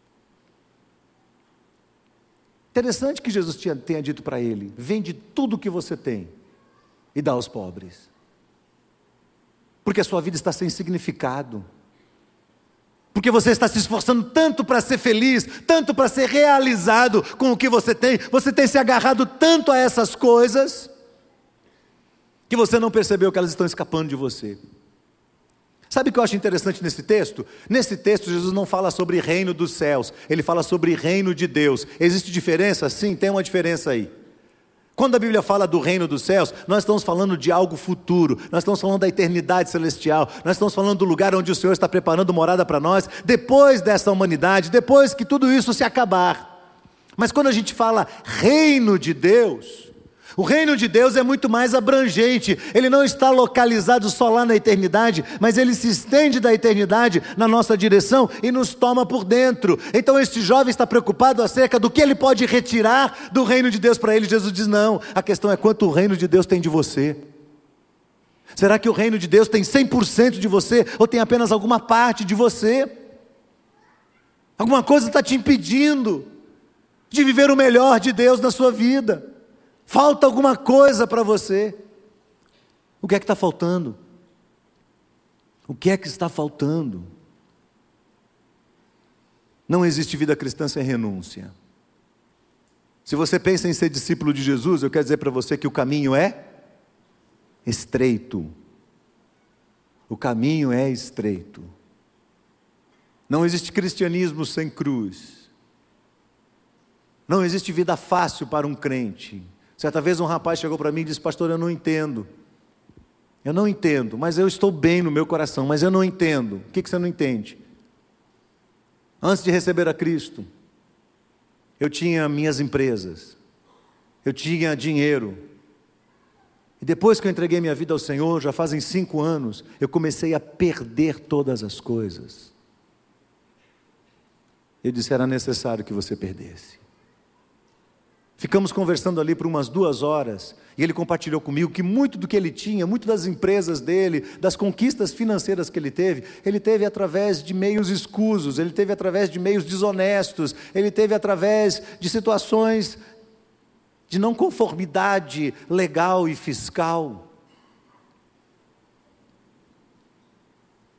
Interessante que Jesus tenha dito para ele: vende tudo o que você tem e dá aos pobres, porque a sua vida está sem significado, porque você está se esforçando tanto para ser feliz, tanto para ser realizado com o que você tem se agarrado tanto a essas coisas, que você não percebeu que elas estão escapando de você. Sabe o que eu acho interessante nesse texto? Nesse texto Jesus não fala sobre reino dos céus, ele fala sobre reino de Deus. Existe diferença? Sim, tem uma diferença aí. Quando a Bíblia fala do reino dos céus, nós estamos falando de algo futuro, nós estamos falando da eternidade celestial, nós estamos falando do lugar onde o Senhor está preparando morada para nós, depois dessa humanidade, depois que tudo isso se acabar. Mas quando a gente fala reino de Deus, o reino de Deus é muito mais abrangente, ele não está localizado só lá na eternidade, mas ele se estende da eternidade na nossa direção e nos toma por dentro. Então este jovem está preocupado acerca do que ele pode retirar do reino de Deus para ele. Jesus diz: não, a questão é quanto o reino de Deus tem de você. Será que o reino de Deus tem 100% de você, ou tem apenas alguma parte de você? Alguma coisa está te impedindo de viver o melhor de Deus na sua vida. Falta alguma coisa para você. O que é que está faltando? O que é que está faltando? Não existe vida cristã sem renúncia. Se você pensa em ser discípulo de Jesus, eu quero dizer para você que o caminho é estreito. O caminho é estreito. Não existe cristianismo sem cruz. Não existe vida fácil para um crente. Certa vez um rapaz chegou para mim e disse: pastor, eu não entendo, mas eu estou bem no meu coração, mas eu não entendo. O que você não entende? Antes de receber a Cristo, eu tinha minhas empresas, eu tinha dinheiro, e depois que eu entreguei minha vida ao Senhor, já fazem 5 anos, eu comecei a perder todas as coisas. Eu disse: era necessário que você perdesse. Ficamos conversando ali por umas 2 horas, e ele compartilhou comigo que muito do que ele tinha, muito das empresas dele, das conquistas financeiras que ele teve através de meios escusos, ele teve através de meios desonestos, ele teve através de situações de não conformidade legal e fiscal.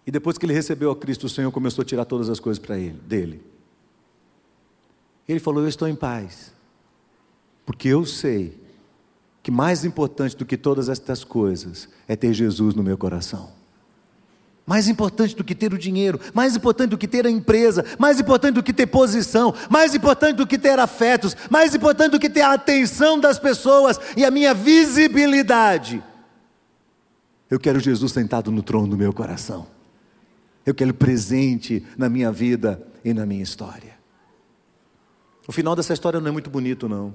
E depois que ele recebeu a Cristo, o Senhor começou a tirar todas as coisas dele. Ele falou: eu estou em paz, porque eu sei que mais importante do que todas estas coisas é ter Jesus no meu coração. Mais importante do que ter o dinheiro, mais importante do que ter a empresa, mais importante do que ter posição, mais importante do que ter afetos, mais importante do que ter a atenção das pessoas e a minha visibilidade. Eu quero Jesus sentado no trono do meu coração. Eu quero presente na minha vida e na minha história. O final dessa história não é muito bonito, não.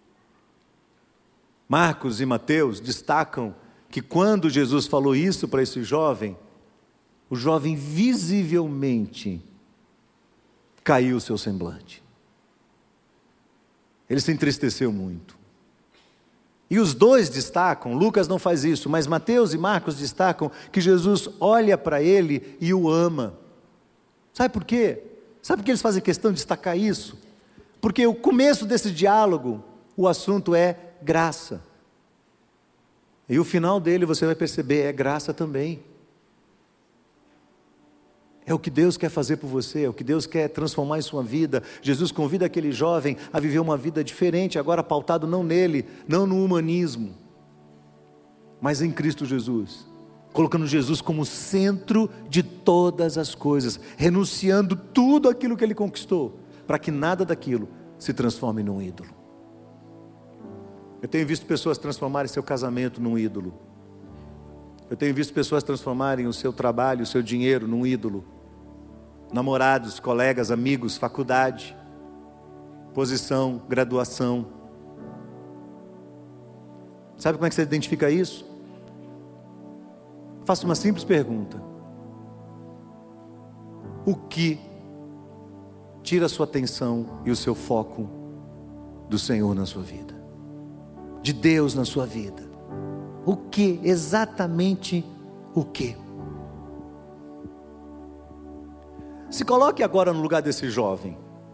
Marcos e Mateus destacam que quando Jesus falou isso para esse jovem, o jovem visivelmente caiu o seu semblante. Ele se entristeceu muito. E os dois destacam, Lucas não faz isso, mas Mateus e Marcos destacam que Jesus olha para ele e o ama. Sabe por quê? Sabe por que eles fazem questão de destacar isso? Porque o começo desse diálogo, o assunto é graça. E o final dele, você vai perceber, é graça também. É o que Deus quer fazer por você, é o que Deus quer transformar em sua vida. Jesus convida aquele jovem a viver uma vida diferente, agora pautado não nele, não no humanismo, mas em Cristo Jesus, colocando Jesus como centro de todas as coisas, renunciando tudo aquilo que ele conquistou, para que nada daquilo se transforme num ídolo. Eu tenho visto pessoas transformarem seu casamento num ídolo. Eu tenho visto pessoas transformarem o seu trabalho, o seu dinheiro num ídolo. Namorados, colegas, amigos, faculdade, posição, graduação. Sabe como é que você identifica isso? Faça uma simples pergunta: o que tira a sua atenção e o seu foco do Senhor na sua vida? De Deus na sua vida? O que? Exatamente o que? Se coloque agora no lugar desse jovem.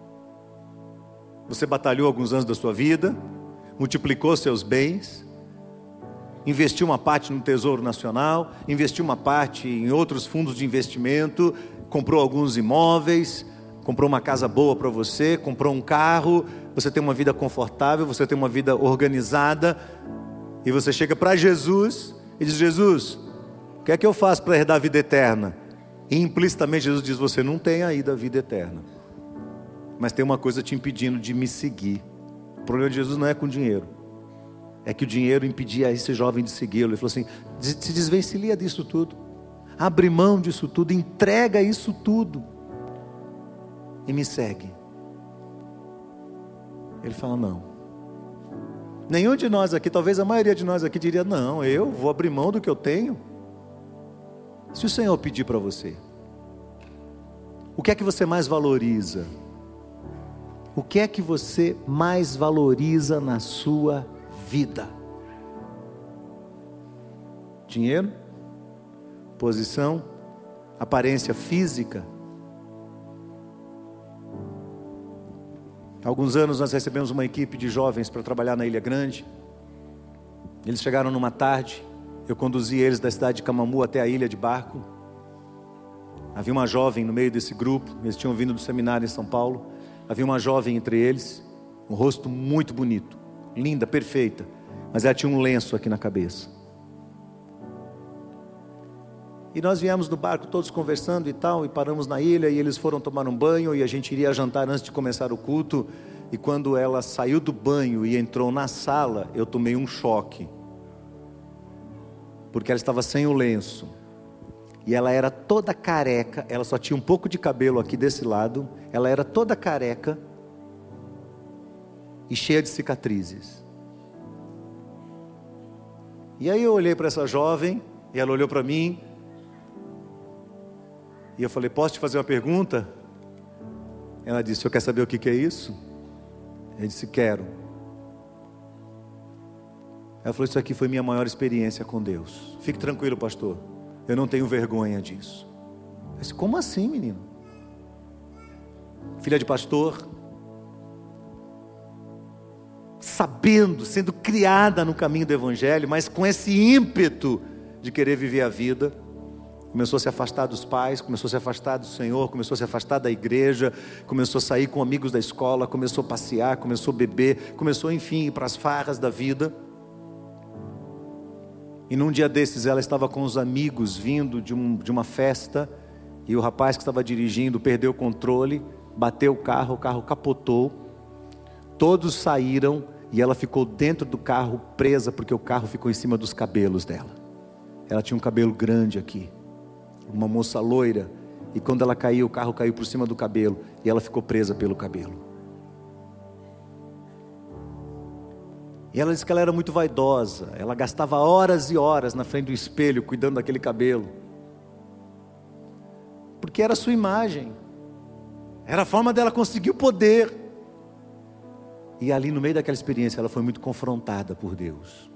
Você batalhou alguns anos da sua vida, multiplicou seus bens, investiu uma parte no Tesouro Nacional, investiu uma parte em outros fundos de investimento, comprou alguns imóveis, comprou uma casa boa para você, comprou um carro, você tem uma vida confortável, você tem uma vida organizada, e você chega para Jesus e diz: Jesus, o que é que eu faço para herdar a vida eterna? E implicitamente Jesus diz: você não tem ainda a vida eterna, mas tem uma coisa te impedindo de me seguir. O problema de Jesus não é com dinheiro, é que o dinheiro impedia esse jovem de segui-lo. Ele falou assim: se desvencilha disso tudo, abre mão disso tudo, entrega isso tudo e me segue. Ele fala: não. Nenhum de nós aqui, talvez a maioria de nós aqui diria: não, eu vou abrir mão do que eu tenho. Se o Senhor pedir para você, o que é que você mais valoriza? O que é que você mais valoriza na sua vida? Dinheiro? Posição? Aparência física? Há alguns anos nós recebemos uma equipe de jovens para trabalhar na Ilha Grande. Eles chegaram numa tarde, eu conduzi eles da cidade de Camamu até a ilha de barco. Havia uma jovem no meio desse grupo, eles tinham vindo do seminário em São Paulo. Havia uma jovem entre eles, um rosto muito bonito, linda, perfeita, mas ela tinha um lenço aqui na cabeça. E nós viemos no barco todos conversando e tal, e paramos na ilha, e eles foram tomar um banho, e a gente iria jantar antes de começar o culto. E quando ela saiu do banho e entrou na sala, eu tomei um choque, porque ela estava sem o lenço, e ela era toda careca, ela só tinha um pouco de cabelo aqui desse lado, ela era toda careca, e cheia de cicatrizes. E aí eu olhei para essa jovem, e ela olhou para mim, e eu falei: posso te fazer uma pergunta? Ela disse: eu quero saber o que é isso? Eu disse: quero. Ela falou: isso aqui foi minha maior experiência com Deus. Fique tranquilo, pastor, eu não tenho vergonha disso. Eu disse: como assim, menino? Filha de pastor, sabendo, sendo criada no caminho do Evangelho, mas com esse ímpeto de querer viver a vida. Começou a se afastar dos pais, começou a se afastar do Senhor, começou a se afastar da igreja, começou a sair com amigos da escola, começou a passear, começou a beber, começou, enfim, a ir para as farras da vida. E num dia desses ela estava com os amigos vindo de uma festa, e o rapaz que estava dirigindo perdeu o controle, bateu o carro capotou, todos saíram e ela ficou dentro do carro presa, porque o carro ficou em cima dos cabelos dela. Ela tinha um cabelo grande aqui, uma moça loira, e quando ela caiu, o carro caiu por cima do cabelo, e ela ficou presa pelo cabelo. E ela disse que ela era muito vaidosa, ela gastava horas e horas na frente do espelho, cuidando daquele cabelo, porque era a sua imagem, era a forma dela conseguir o poder. E ali no meio daquela experiência, ela foi muito confrontada por Deus.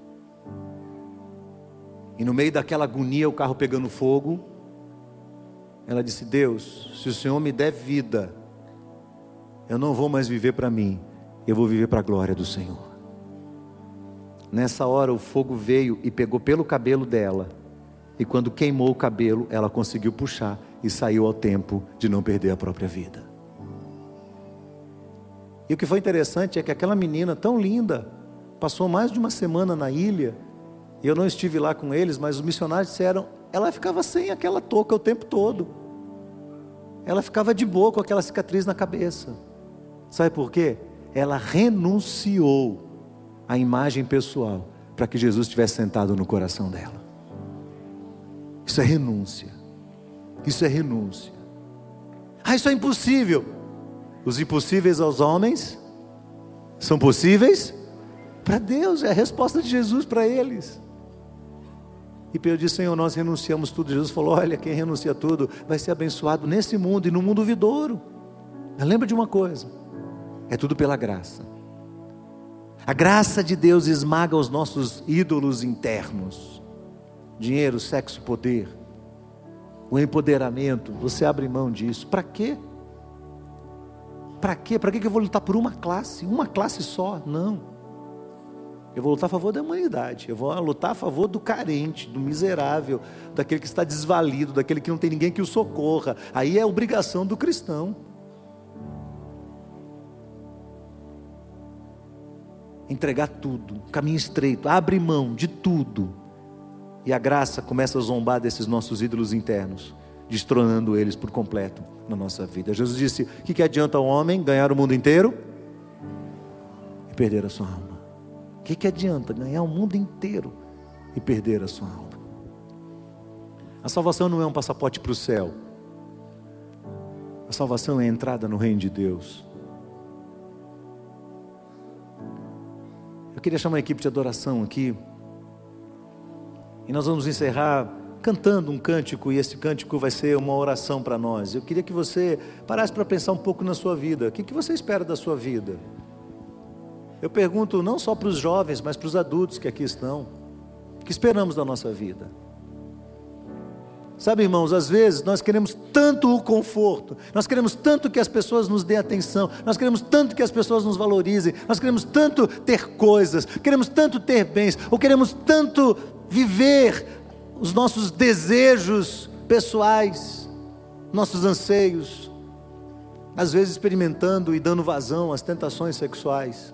E no meio daquela agonia, o carro pegando fogo, ela disse: Deus, se o Senhor me der vida, eu não vou mais viver para mim, eu vou viver para a glória do Senhor. Nessa hora o fogo veio e pegou pelo cabelo dela, e quando queimou o cabelo, ela conseguiu puxar e saiu ao tempo de não perder a própria vida. E o que foi interessante é que aquela menina tão linda, passou mais de uma semana na ilha, e eu não estive lá com eles, mas os missionários disseram, ela ficava sem aquela touca o tempo todo, ela ficava de boa com aquela cicatriz na cabeça. Sabe por quê? Ela renunciou à imagem pessoal, para que Jesus estivesse sentado no coração dela. Isso é renúncia, isso é renúncia. Isso é impossível. Os impossíveis aos homens são possíveis para Deus. É a resposta de Jesus para eles. E Pedro disse: Senhor, nós renunciamos tudo. Jesus falou: olha, quem renuncia tudo vai ser abençoado nesse mundo e no mundo vindouro. Mas lembra de uma coisa: é tudo pela graça. A graça de Deus esmaga os nossos ídolos internos: dinheiro, sexo, poder, o empoderamento. Você abre mão disso. Para quê? Para quê? Para que eu vou lutar por uma classe só? Não. Eu vou lutar a favor da humanidade. Eu vou lutar a favor do carente, do miserável, daquele que está desvalido, daquele que não tem ninguém que o socorra. Aí é obrigação do cristão. Entregar tudo, caminho estreito, abre mão de tudo. E a graça começa a zombar desses nossos ídolos internos, destronando eles por completo na nossa vida. Jesus disse: o que adianta o homem ganhar o mundo inteiro e perder a sua alma? O que adianta ganhar o mundo inteiro e perder a sua alma? A salvação não é um passaporte para o céu. A salvação é a entrada no reino de Deus. Eu queria chamar a equipe de adoração aqui, e nós vamos encerrar cantando um cântico, e esse cântico vai ser uma oração para nós. Eu queria que você parasse para pensar um pouco na sua vida. O que você espera da sua vida? Eu pergunto não só para os jovens, mas para os adultos que aqui estão. O que esperamos da nossa vida? Sabe, irmãos, às vezes nós queremos tanto o conforto, nós queremos tanto que as pessoas nos dêem atenção, nós queremos tanto que as pessoas nos valorizem, nós queremos tanto ter coisas, queremos tanto ter bens, ou queremos tanto viver os nossos desejos pessoais, nossos anseios, às vezes experimentando e dando vazão às tentações sexuais.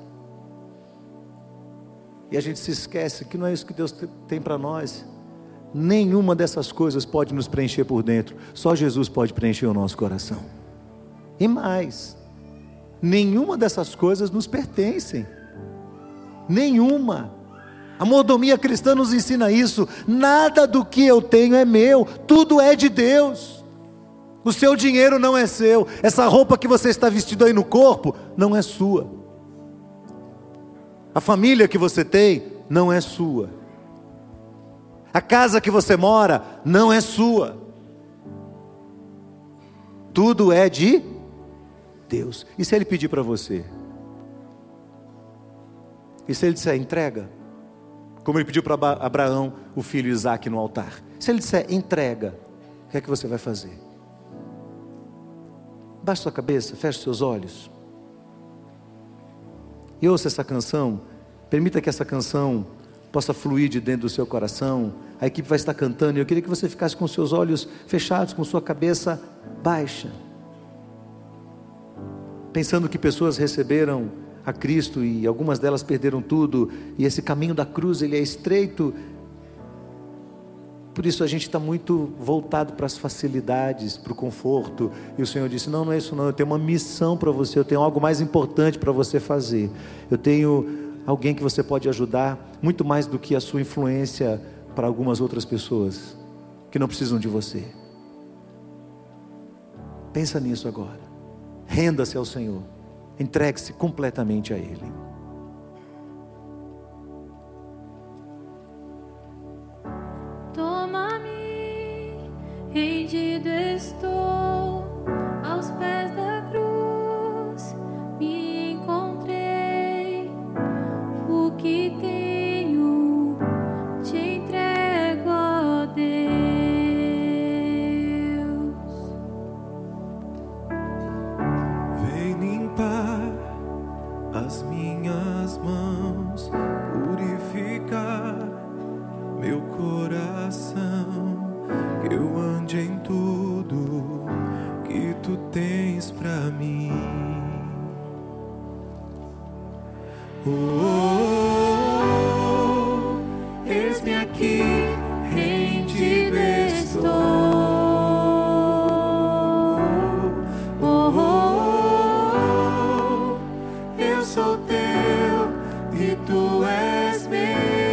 E a gente se esquece que não é isso que Deus tem para nós. Nenhuma dessas coisas pode nos preencher por dentro. Só Jesus pode preencher o nosso coração. E mais, nenhuma dessas coisas nos pertencem. Nenhuma. A mordomia cristã nos ensina isso. Nada do que eu tenho é meu. Tudo é de Deus. O seu dinheiro não é seu. Essa roupa que você está vestido aí no corpo não é sua. A família que você tem não é sua. A casa que você mora não é sua. Tudo é de Deus. E se Ele pedir para você? E se Ele disser entrega? Como Ele pediu para Abraão o filho Isaque no altar. Se Ele disser entrega, o que é que você vai fazer? Baixe sua cabeça, feche seus olhos e ouça essa canção. Permita que essa canção possa fluir de dentro do seu coração. A equipe vai estar cantando e eu queria que você ficasse com seus olhos fechados, com sua cabeça baixa, pensando que pessoas receberam a Cristo e algumas delas perderam tudo, e esse caminho da cruz ele é estreito. Por isso a gente está muito voltado para as facilidades, para o conforto, e o Senhor disse, não é isso não, eu tenho uma missão para você, eu tenho algo mais importante para você fazer, eu tenho alguém que você pode ajudar, muito mais do que a sua influência para algumas outras pessoas, que não precisam de você. Pensa nisso agora, renda-se ao Senhor, entregue-se completamente a Ele. Rendido estou aos pés da cruz, me encontrei, o que tenho te entrego, ó Deus. Vem limpar as minhas mãos, purificar meu coração, que eu ande em tudo que tu tens pra mim. Eis-me aqui, rendido estou. Eu sou teu e tu és meu.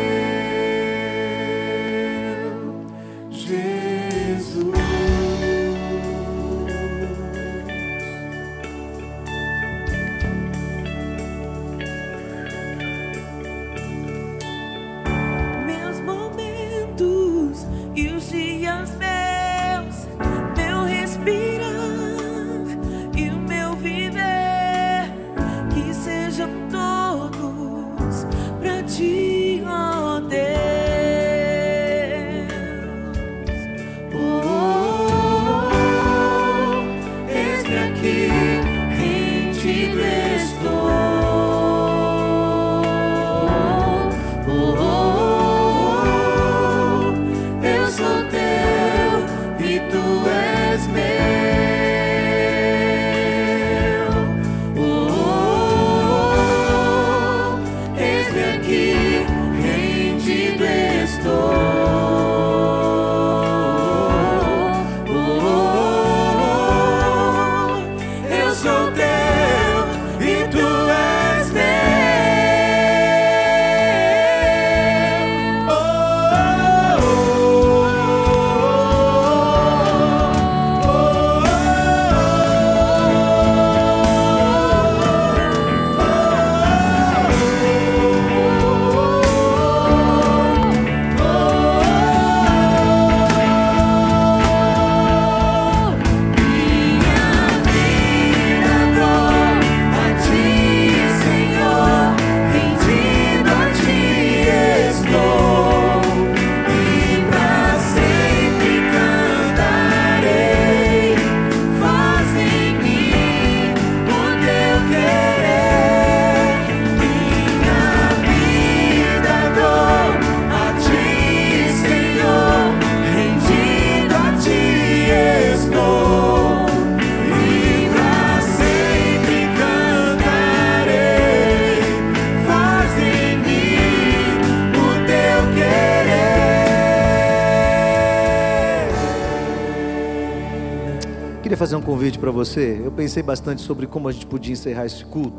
Fazer um convite para você. Eu pensei bastante sobre como a gente podia encerrar esse culto.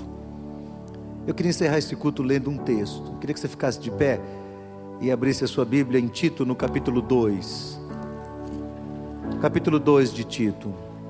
Eu queria encerrar esse culto lendo um texto. Eu queria que você ficasse de pé e abrisse a sua Bíblia em Tito, no capítulo 2. Capítulo 2 de Tito.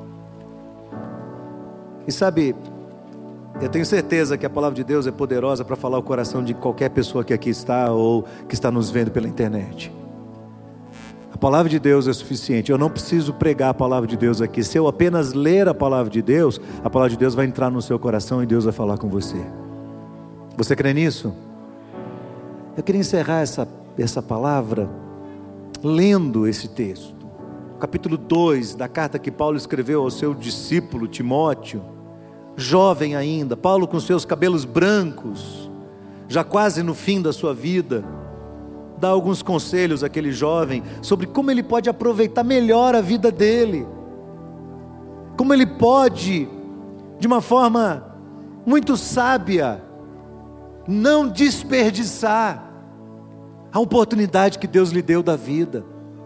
E sabe, eu tenho certeza que a palavra de Deus é poderosa para falar o coração de qualquer pessoa que aqui está ou que está nos vendo pela internet. A palavra de Deus é suficiente. Eu não preciso pregar a palavra de Deus aqui. Se eu apenas ler a palavra de Deus vai entrar no seu coração e Deus vai falar com você. Você crê nisso? Eu queria encerrar essa palavra lendo esse texto. Capítulo 2 da carta que Paulo escreveu ao seu discípulo Timóteo, jovem ainda, Paulo com seus cabelos brancos, já quase no fim da sua vida. dá alguns conselhos àquele jovem sobre como ele pode aproveitar melhor a vida dele, como ele pode, de uma forma muito sábia, não desperdiçar a oportunidade que Deus lhe deu da vida,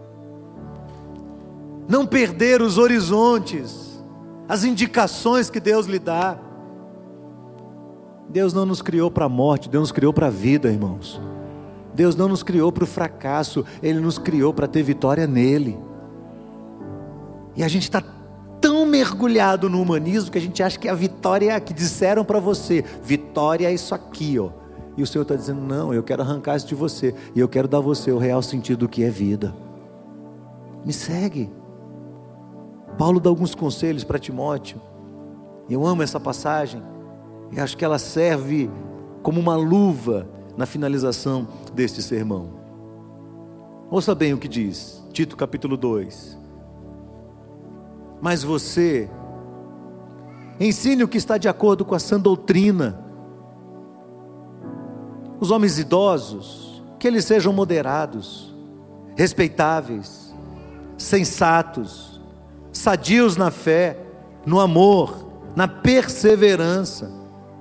não perder os horizontes, as indicações que Deus lhe dá. Deus não nos criou para a morte, Deus nos criou para a vida, irmãos. Deus não nos criou para o fracasso, Ele nos criou para ter vitória nele. E a gente está tão mergulhado no humanismo que a gente acha que a vitória é a que disseram para você, vitória é isso aqui, ó. E o Senhor está dizendo, não, eu quero arrancar isso de você, e eu quero dar a você o real sentido do que é vida. Me segue. Paulo dá alguns conselhos para Timóteo. Eu amo essa passagem, e acho que ela serve como uma luva na finalização deste sermão. Ouça bem o que diz, Tito capítulo 2. Mas você, ensine o que está de acordo com a sã doutrina. Os homens idosos, que eles sejam moderados, respeitáveis, sensatos, sadios na fé, no amor, na perseverança.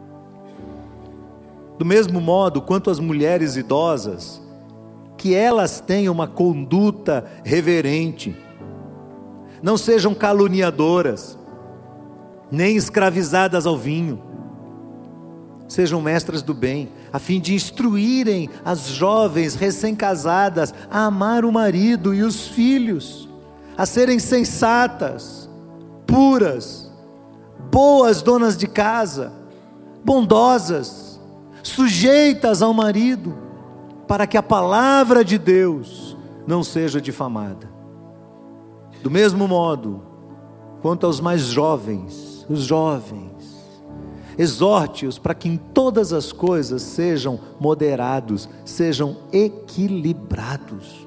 Do mesmo modo, quanto às mulheres idosas, que elas tenham uma conduta reverente, não sejam caluniadoras, nem escravizadas ao vinho, sejam mestras do bem, a fim de instruírem as jovens recém-casadas a amar o marido e os filhos, a serem sensatas, puras, boas donas de casa, bondosas, sujeitas ao marido, para que a palavra de Deus não seja difamada. Do mesmo modo, quanto aos mais jovens, os jovens, exorte-os para que em todas as coisas sejam moderados, sejam equilibrados.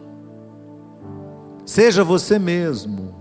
Seja você mesmo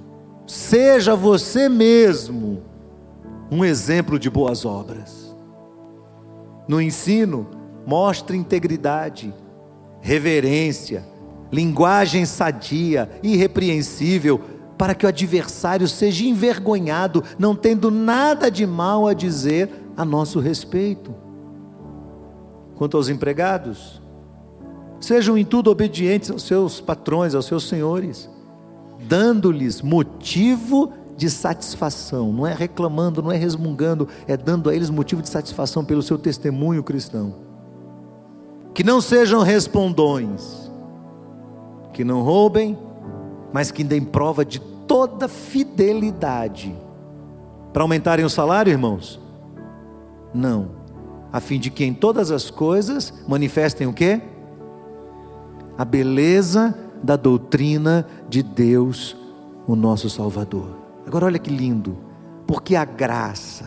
um exemplo de boas obras. No ensino, mostre integridade, reverência, linguagem sadia, irrepreensível, para que o adversário seja envergonhado, não tendo nada de mal a dizer a nosso respeito. Quanto aos empregados, sejam em tudo obedientes aos seus patrões, aos seus senhores, dando-lhes motivo de satisfação, não é reclamando, não é resmungando, é dando a eles motivo de satisfação pelo seu testemunho cristão. Que não sejam respondões, que não roubem, mas que deem prova de toda fidelidade. Para aumentarem o salário, irmãos? Não, a fim de que em todas as coisas manifestem o quê? A beleza da doutrina de Deus, o nosso Salvador. Agora olha que lindo, porque a graça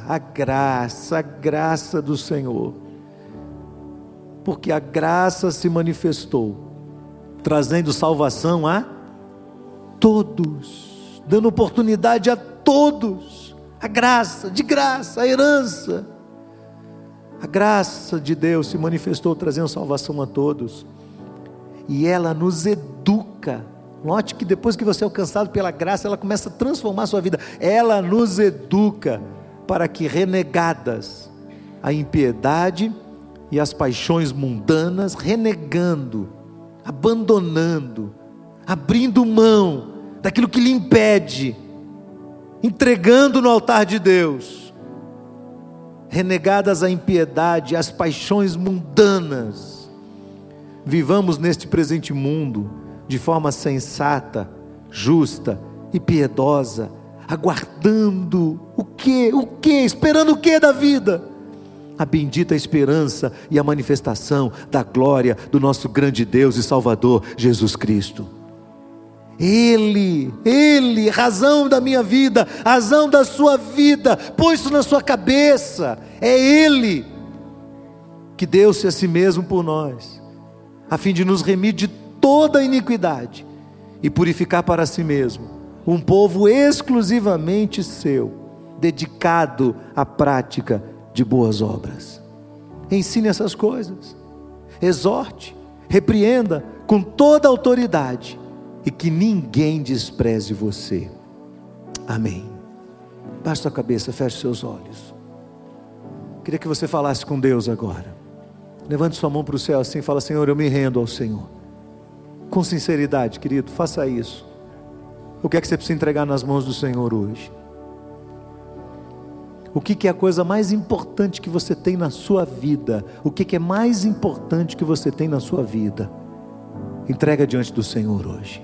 do Senhor, porque a graça se manifestou, trazendo salvação a todos, dando oportunidade a todos, a graça, de graça, a herança, a graça de Deus se manifestou trazendo salvação a todos, e ela nos educa. Note que depois que você é alcançado pela graça, ela começa a transformar a sua vida, ela nos educa para que, renegadas a impiedade e as paixões mundanas, renegando, abandonando, abrindo mão daquilo que lhe impede, entregando no altar de Deus, renegadas a impiedade, as paixões mundanas, vivamos neste presente mundo de forma sensata, justa e piedosa, aguardando o quê? Esperando o quê da vida? A bendita esperança e a manifestação da glória do nosso grande Deus e Salvador, Jesus Cristo. Ele, razão da minha vida, razão da sua vida, põe isso na sua cabeça, é Ele que deu-se a si mesmo por nós, a fim de nos remir de toda a iniquidade e purificar para si mesmo um povo exclusivamente seu, dedicado à prática de boas obras. Ensine essas coisas, exorte, repreenda com toda a autoridade e que ninguém despreze você. Amém. Baixe sua cabeça, feche seus olhos. Queria que você falasse com Deus agora. Levante sua mão para o céu assim e fala: Senhor, eu me rendo ao Senhor. Com sinceridade, querido, faça isso. O que é que você precisa entregar nas mãos do Senhor hoje? O que é a coisa mais importante que você tem na sua vida? O que é mais importante que você tem na sua vida? Entrega diante do Senhor hoje.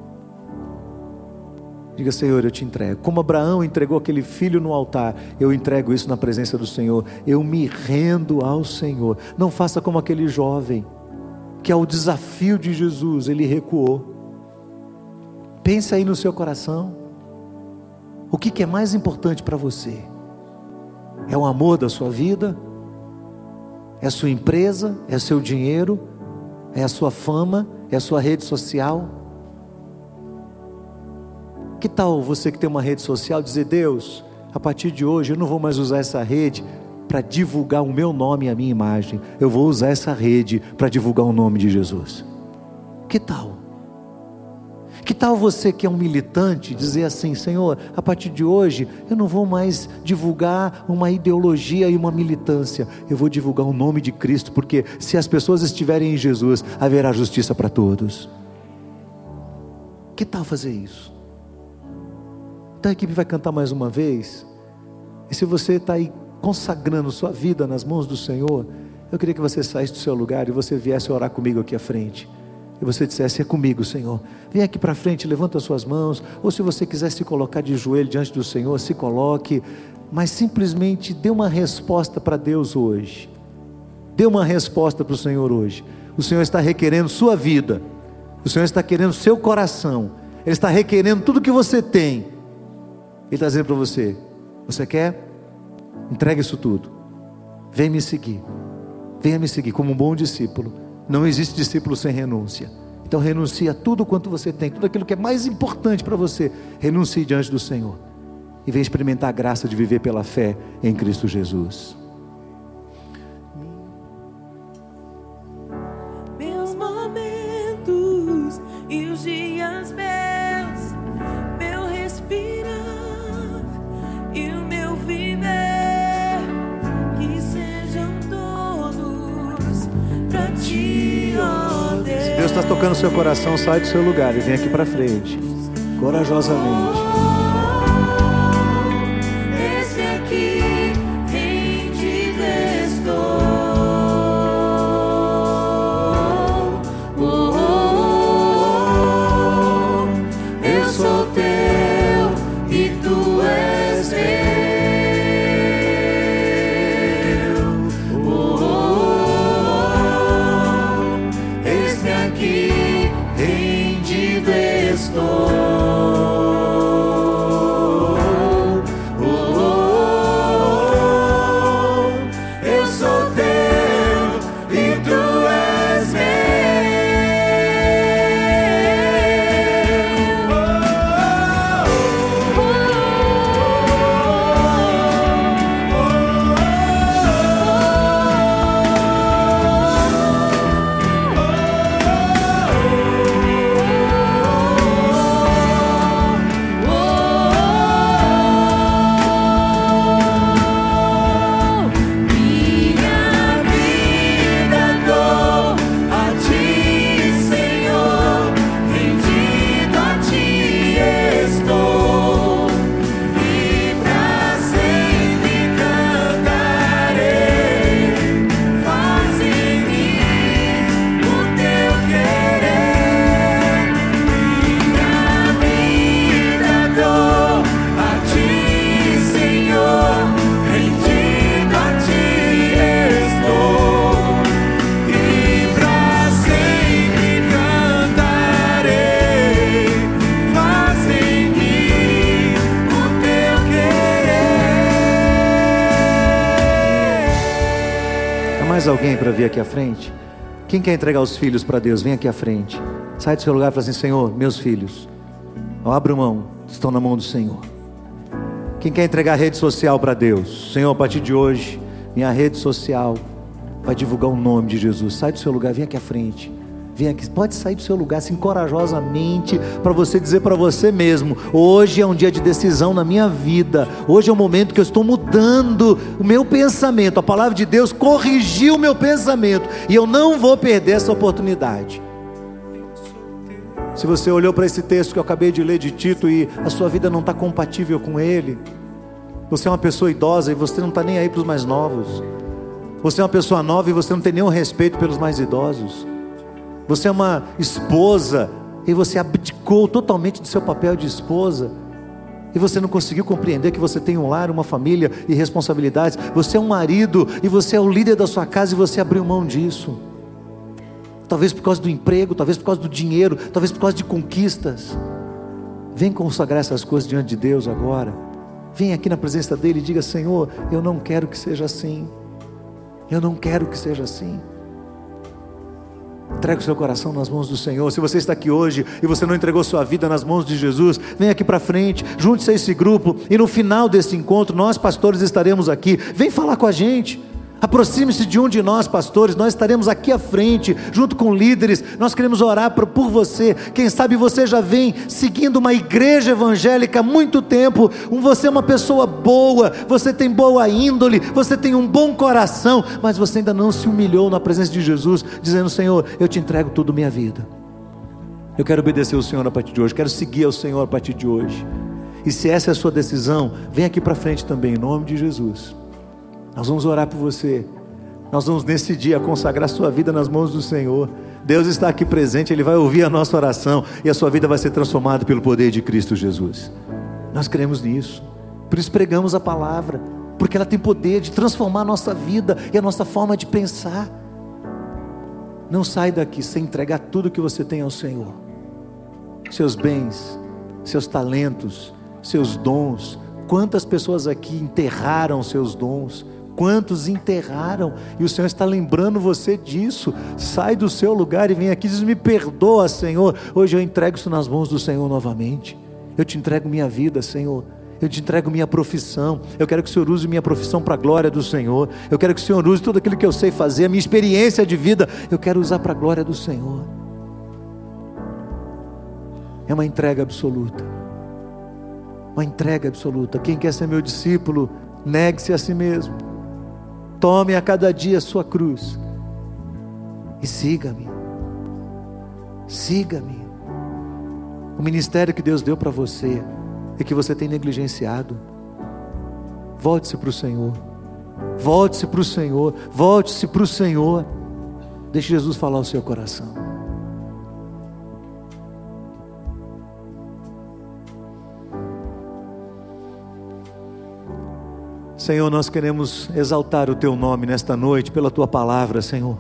Diga: Senhor, eu te entrego. Como Abraão entregou aquele filho no altar, eu entrego isso na presença do Senhor. Eu me rendo ao Senhor. Não faça como aquele jovem, que ao desafio de Jesus, ele recuou. Pense aí no seu coração. O que é mais importante para você? É o amor da sua vida? É a sua empresa? É o seu dinheiro? É a sua fama? É a sua rede social? Que tal você que tem uma rede social dizer: Deus, a partir de hoje eu não vou mais usar essa rede para divulgar o meu nome e a minha imagem. Eu vou usar essa rede para divulgar o nome de Jesus. Que tal? Que tal você que é um militante dizer assim: Senhor, a partir de hoje eu não vou mais divulgar uma ideologia e uma militância, eu vou divulgar o nome de Cristo, porque se as pessoas estiverem em Jesus, haverá justiça para todos. Que tal fazer isso? Então a equipe vai cantar mais uma vez. E se você está aí consagrando sua vida nas mãos do Senhor, eu queria que você saísse do seu lugar e você viesse orar comigo aqui à frente. E você dissesse: é comigo, Senhor. Vem aqui para frente, levanta as suas mãos. Ou se você quiser se colocar de joelho diante do Senhor, se coloque. Mas simplesmente dê uma resposta para Deus hoje. Dê uma resposta para o Senhor hoje. O Senhor está requerendo sua vida. O Senhor está querendo seu coração. Ele está requerendo tudo que você tem. Ele está dizendo para você: você quer? Entregue isso tudo. Vem me seguir. Venha me seguir como um bom discípulo. Não existe discípulo sem renúncia. Então renuncie a tudo quanto você tem, tudo aquilo que é mais importante para você. Renuncie diante do Senhor e venha experimentar a graça de viver pela fé em Cristo Jesus. Meus momentos e os dias meus, meu respirar e o meu viver, que sejam todos pra ti, ó Deus. Se Deus está tocando o seu coração, sai do seu lugar e vem aqui para frente, corajosamente. Eis-me aqui, rendido estou. Eu sou teu e tu és meu. Eis-me aqui, rendido estou. Eu sou teu e tu és minha vida dou a ti, Senhor, rendido a ti estou, e pra sempre cantarei. Faz em mim o teu querer. Minha vida dou a ti, Senhor, rendido a ti estou, e pra sempre cantarei. Faz em mim o teu querer. Há mais alguém para vir aqui à frente? Quem quer entregar os filhos para Deus, vem aqui à frente. Sai do seu lugar e fala assim: Senhor, meus filhos, eu abro mão, estão na mão do Senhor. Quem quer entregar a rede social para Deus? Senhor, a partir de hoje, minha rede social vai divulgar o nome de Jesus. Sai do seu lugar, vem aqui à frente. Vem aqui, pode sair do seu lugar assim corajosamente, para você dizer para você mesmo: hoje é um dia de decisão na minha vida, hoje é o momento que eu estou mudando o meu pensamento, a palavra de Deus corrigiu o meu pensamento, e eu não vou perder essa oportunidade. Se você olhou para esse texto que eu acabei de ler de Tito, e a sua vida não está compatível com ele, você é uma pessoa idosa e você não está nem aí para os mais novos, você é uma pessoa nova e você não tem nenhum respeito pelos mais idosos, você é uma esposa e você abdicou totalmente do seu papel de esposa, e você não conseguiu compreender que você tem um lar, uma família e responsabilidades. Você é um marido e você é o líder da sua casa, e você abriu mão disso, talvez por causa do emprego, talvez por causa do dinheiro, talvez por causa de conquistas. Vem consagrar essas coisas diante de Deus agora. Vem aqui na presença dele e diga: Senhor, eu não quero que seja assim, eu não quero que seja assim. Entregue o seu coração nas mãos do Senhor. Se você está aqui hoje e você não entregou sua vida nas mãos de Jesus, vem aqui para frente, junte-se a esse grupo, e no final desse encontro, nós pastores estaremos aqui. Vem falar com a gente, aproxime-se de um de nós pastores, nós estaremos aqui à frente, junto com líderes. Nós queremos orar por você. Quem sabe você já vem seguindo uma igreja evangélica há muito tempo, você é uma pessoa boa, você tem boa índole, você tem um bom coração, mas você ainda não se humilhou na presença de Jesus, dizendo: Senhor, eu te entrego tudo, minha vida, eu quero obedecer ao Senhor a partir de hoje, quero seguir ao Senhor a partir de hoje. E se essa é a sua decisão, vem aqui para frente também, em nome de Jesus. Nós vamos orar por você. Nós vamos nesse dia consagrar sua vida nas mãos do Senhor. Deus está aqui presente, Ele vai ouvir a nossa oração, e a sua vida vai ser transformada pelo poder de Cristo Jesus. Nós cremos nisso, por isso pregamos a palavra, porque ela tem poder de transformar a nossa vida e a nossa forma de pensar. Não sai daqui sem entregar tudo que você tem ao Senhor, seus bens, seus talentos, seus dons. Quantas pessoas aqui enterraram seus dons? Quantos enterraram? E o Senhor está lembrando você disso. Sai do seu lugar e vem aqui e diz: me perdoa, Senhor, hoje eu entrego isso nas mãos do Senhor novamente. Eu te entrego minha vida, Senhor, eu te entrego minha profissão. Eu quero que o Senhor use minha profissão para a glória do Senhor. Eu quero que o Senhor use tudo aquilo que eu sei fazer, a minha experiência de vida, eu quero usar para a glória do Senhor. É uma entrega absoluta, uma entrega absoluta. Quem quer ser meu discípulo, negue-se a si mesmo, tome a cada dia a sua cruz e siga-me. Siga-me. O ministério que Deus deu para você e que você tem negligenciado, volte-se para o Senhor, volte-se para o Senhor, volte-se para o Senhor. Deixe Jesus falar ao seu coração. Senhor, nós queremos exaltar o Teu nome nesta noite pela Tua palavra, Senhor.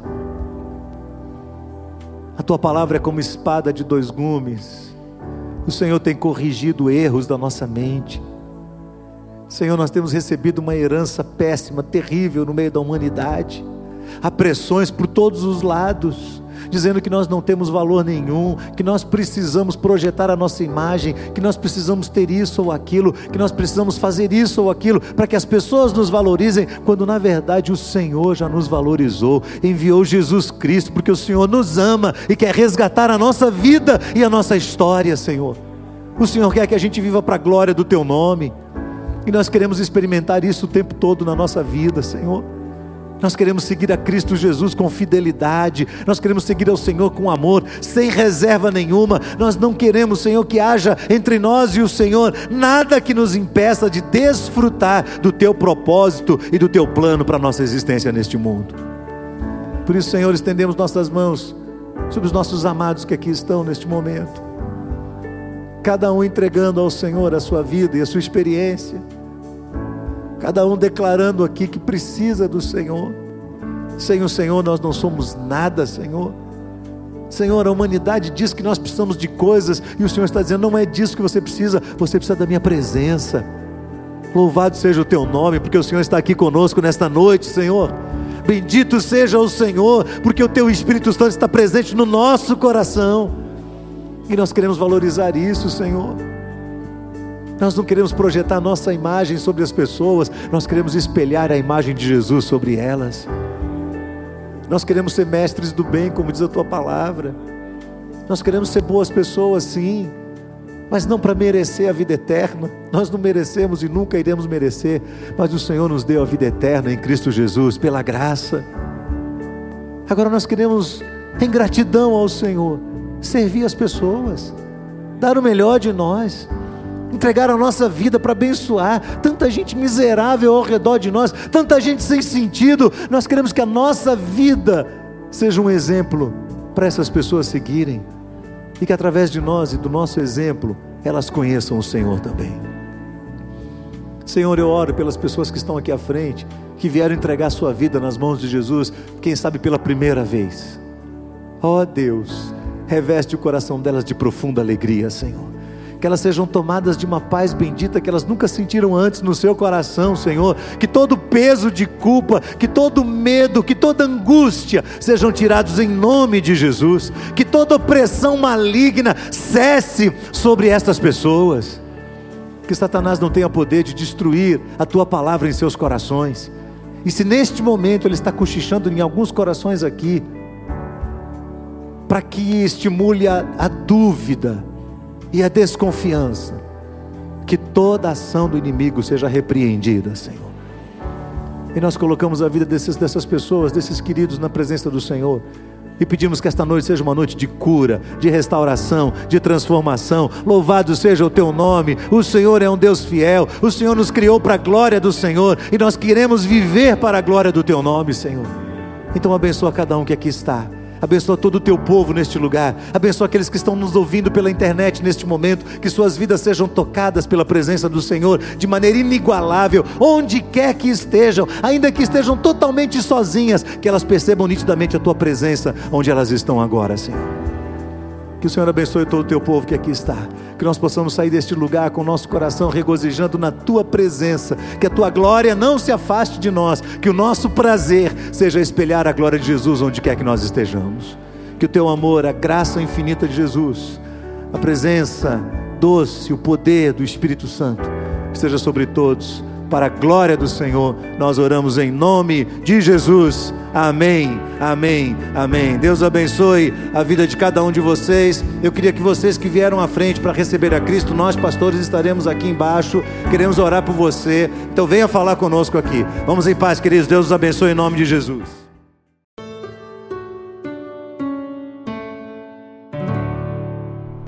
A Tua palavra é como espada de dois gumes. O Senhor tem corrigido erros da nossa mente. Senhor, nós temos recebido uma herança péssima, terrível no meio da humanidade. Há pressões por todos os lados, dizendo que nós não temos valor nenhum, que nós precisamos projetar a nossa imagem, que nós precisamos ter isso ou aquilo, que nós precisamos fazer isso ou aquilo, para que as pessoas nos valorizem, quando na verdade o Senhor já nos valorizou, enviou Jesus Cristo, porque o Senhor nos ama e quer resgatar a nossa vida e a nossa história, Senhor. O Senhor quer que a gente viva para a glória do Teu nome, e nós queremos experimentar isso o tempo todo na nossa vida, Senhor. Nós queremos seguir a Cristo Jesus com fidelidade, nós queremos seguir ao Senhor com amor, sem reserva nenhuma. Nós não queremos, Senhor, que haja entre nós e o Senhor nada que nos impeça de desfrutar do Teu propósito e do Teu plano para a nossa existência neste mundo. Por isso, Senhor, estendemos nossas mãos sobre os nossos amados que aqui estão neste momento, cada um entregando ao Senhor a sua vida e a sua experiência, cada um declarando aqui que precisa do Senhor. Sem o Senhor nós não somos nada, Senhor. Senhor, a humanidade diz que nós precisamos de coisas, e o Senhor está dizendo: não é disso que você precisa da minha presença. Louvado seja o Teu nome, porque o Senhor está aqui conosco nesta noite, Senhor. Bendito seja o Senhor, porque o Teu Espírito Santo está presente no nosso coração, e nós queremos valorizar isso, Senhor. Nós não queremos projetar nossa imagem sobre as pessoas, nós queremos espelhar a imagem de Jesus sobre elas. Nós queremos ser mestres do bem, como diz a tua palavra. Nós queremos ser boas pessoas, sim, mas não para merecer a vida eterna. Nós não merecemos e nunca iremos merecer, mas o Senhor nos deu a vida eterna em Cristo Jesus, pela graça. Agora nós queremos, em gratidão ao Senhor, servir as pessoas, dar o melhor de nós, entregar a nossa vida para abençoar tanta gente miserável ao redor de nós, tanta gente sem sentido. Nós queremos que a nossa vida seja um exemplo para essas pessoas seguirem, e que através de nós e do nosso exemplo, elas conheçam o Senhor também. Senhor, eu oro pelas pessoas que estão aqui à frente, que vieram entregar sua vida nas mãos de Jesus, quem sabe pela primeira vez. Ó Deus, reveste o coração delas de profunda alegria, Senhor. Que elas sejam tomadas de uma paz bendita que elas nunca sentiram antes no seu coração, Senhor. Que todo peso de culpa, que todo medo, que toda angústia sejam tirados em nome de Jesus. Que toda opressão maligna cesse sobre estas pessoas. Que Satanás não tenha poder de destruir a tua palavra em seus corações. E se neste momento ele está cochichando em alguns corações aqui, para que estimule a dúvida e a desconfiança, que toda ação do inimigo seja repreendida, Senhor. E nós colocamos a vida dessas pessoas, desses queridos, na presença do Senhor, e pedimos que esta noite seja uma noite de cura, de restauração, de transformação. Louvado seja o teu nome. O Senhor é um Deus fiel, o Senhor nos criou para a glória do Senhor, e nós queremos viver para a glória do teu nome, Senhor. Então abençoa cada um que aqui está, abençoa todo o teu povo neste lugar, abençoa aqueles que estão nos ouvindo pela internet neste momento, que suas vidas sejam tocadas pela presença do Senhor, de maneira inigualável, onde quer que estejam, ainda que estejam totalmente sozinhas, que elas percebam nitidamente a tua presença, onde elas estão agora, Senhor. Que o Senhor abençoe todo o teu povo que aqui está, que nós possamos sair deste lugar com o nosso coração regozijando na tua presença, que a tua glória não se afaste de nós, que o nosso prazer seja espelhar a glória de Jesus onde quer que nós estejamos. Que o teu amor, a graça infinita de Jesus, a presença doce, o poder do Espírito Santo esteja sobre todos, para a glória do Senhor. Nós oramos em nome de Jesus. Amém, amém, amém. Deus abençoe a vida de cada um de vocês. Eu queria que vocês que vieram à frente para receber a Cristo, nós pastores estaremos aqui embaixo, queremos orar por você, então venha falar conosco aqui. Vamos em paz, queridos. Deus os abençoe em nome de Jesus.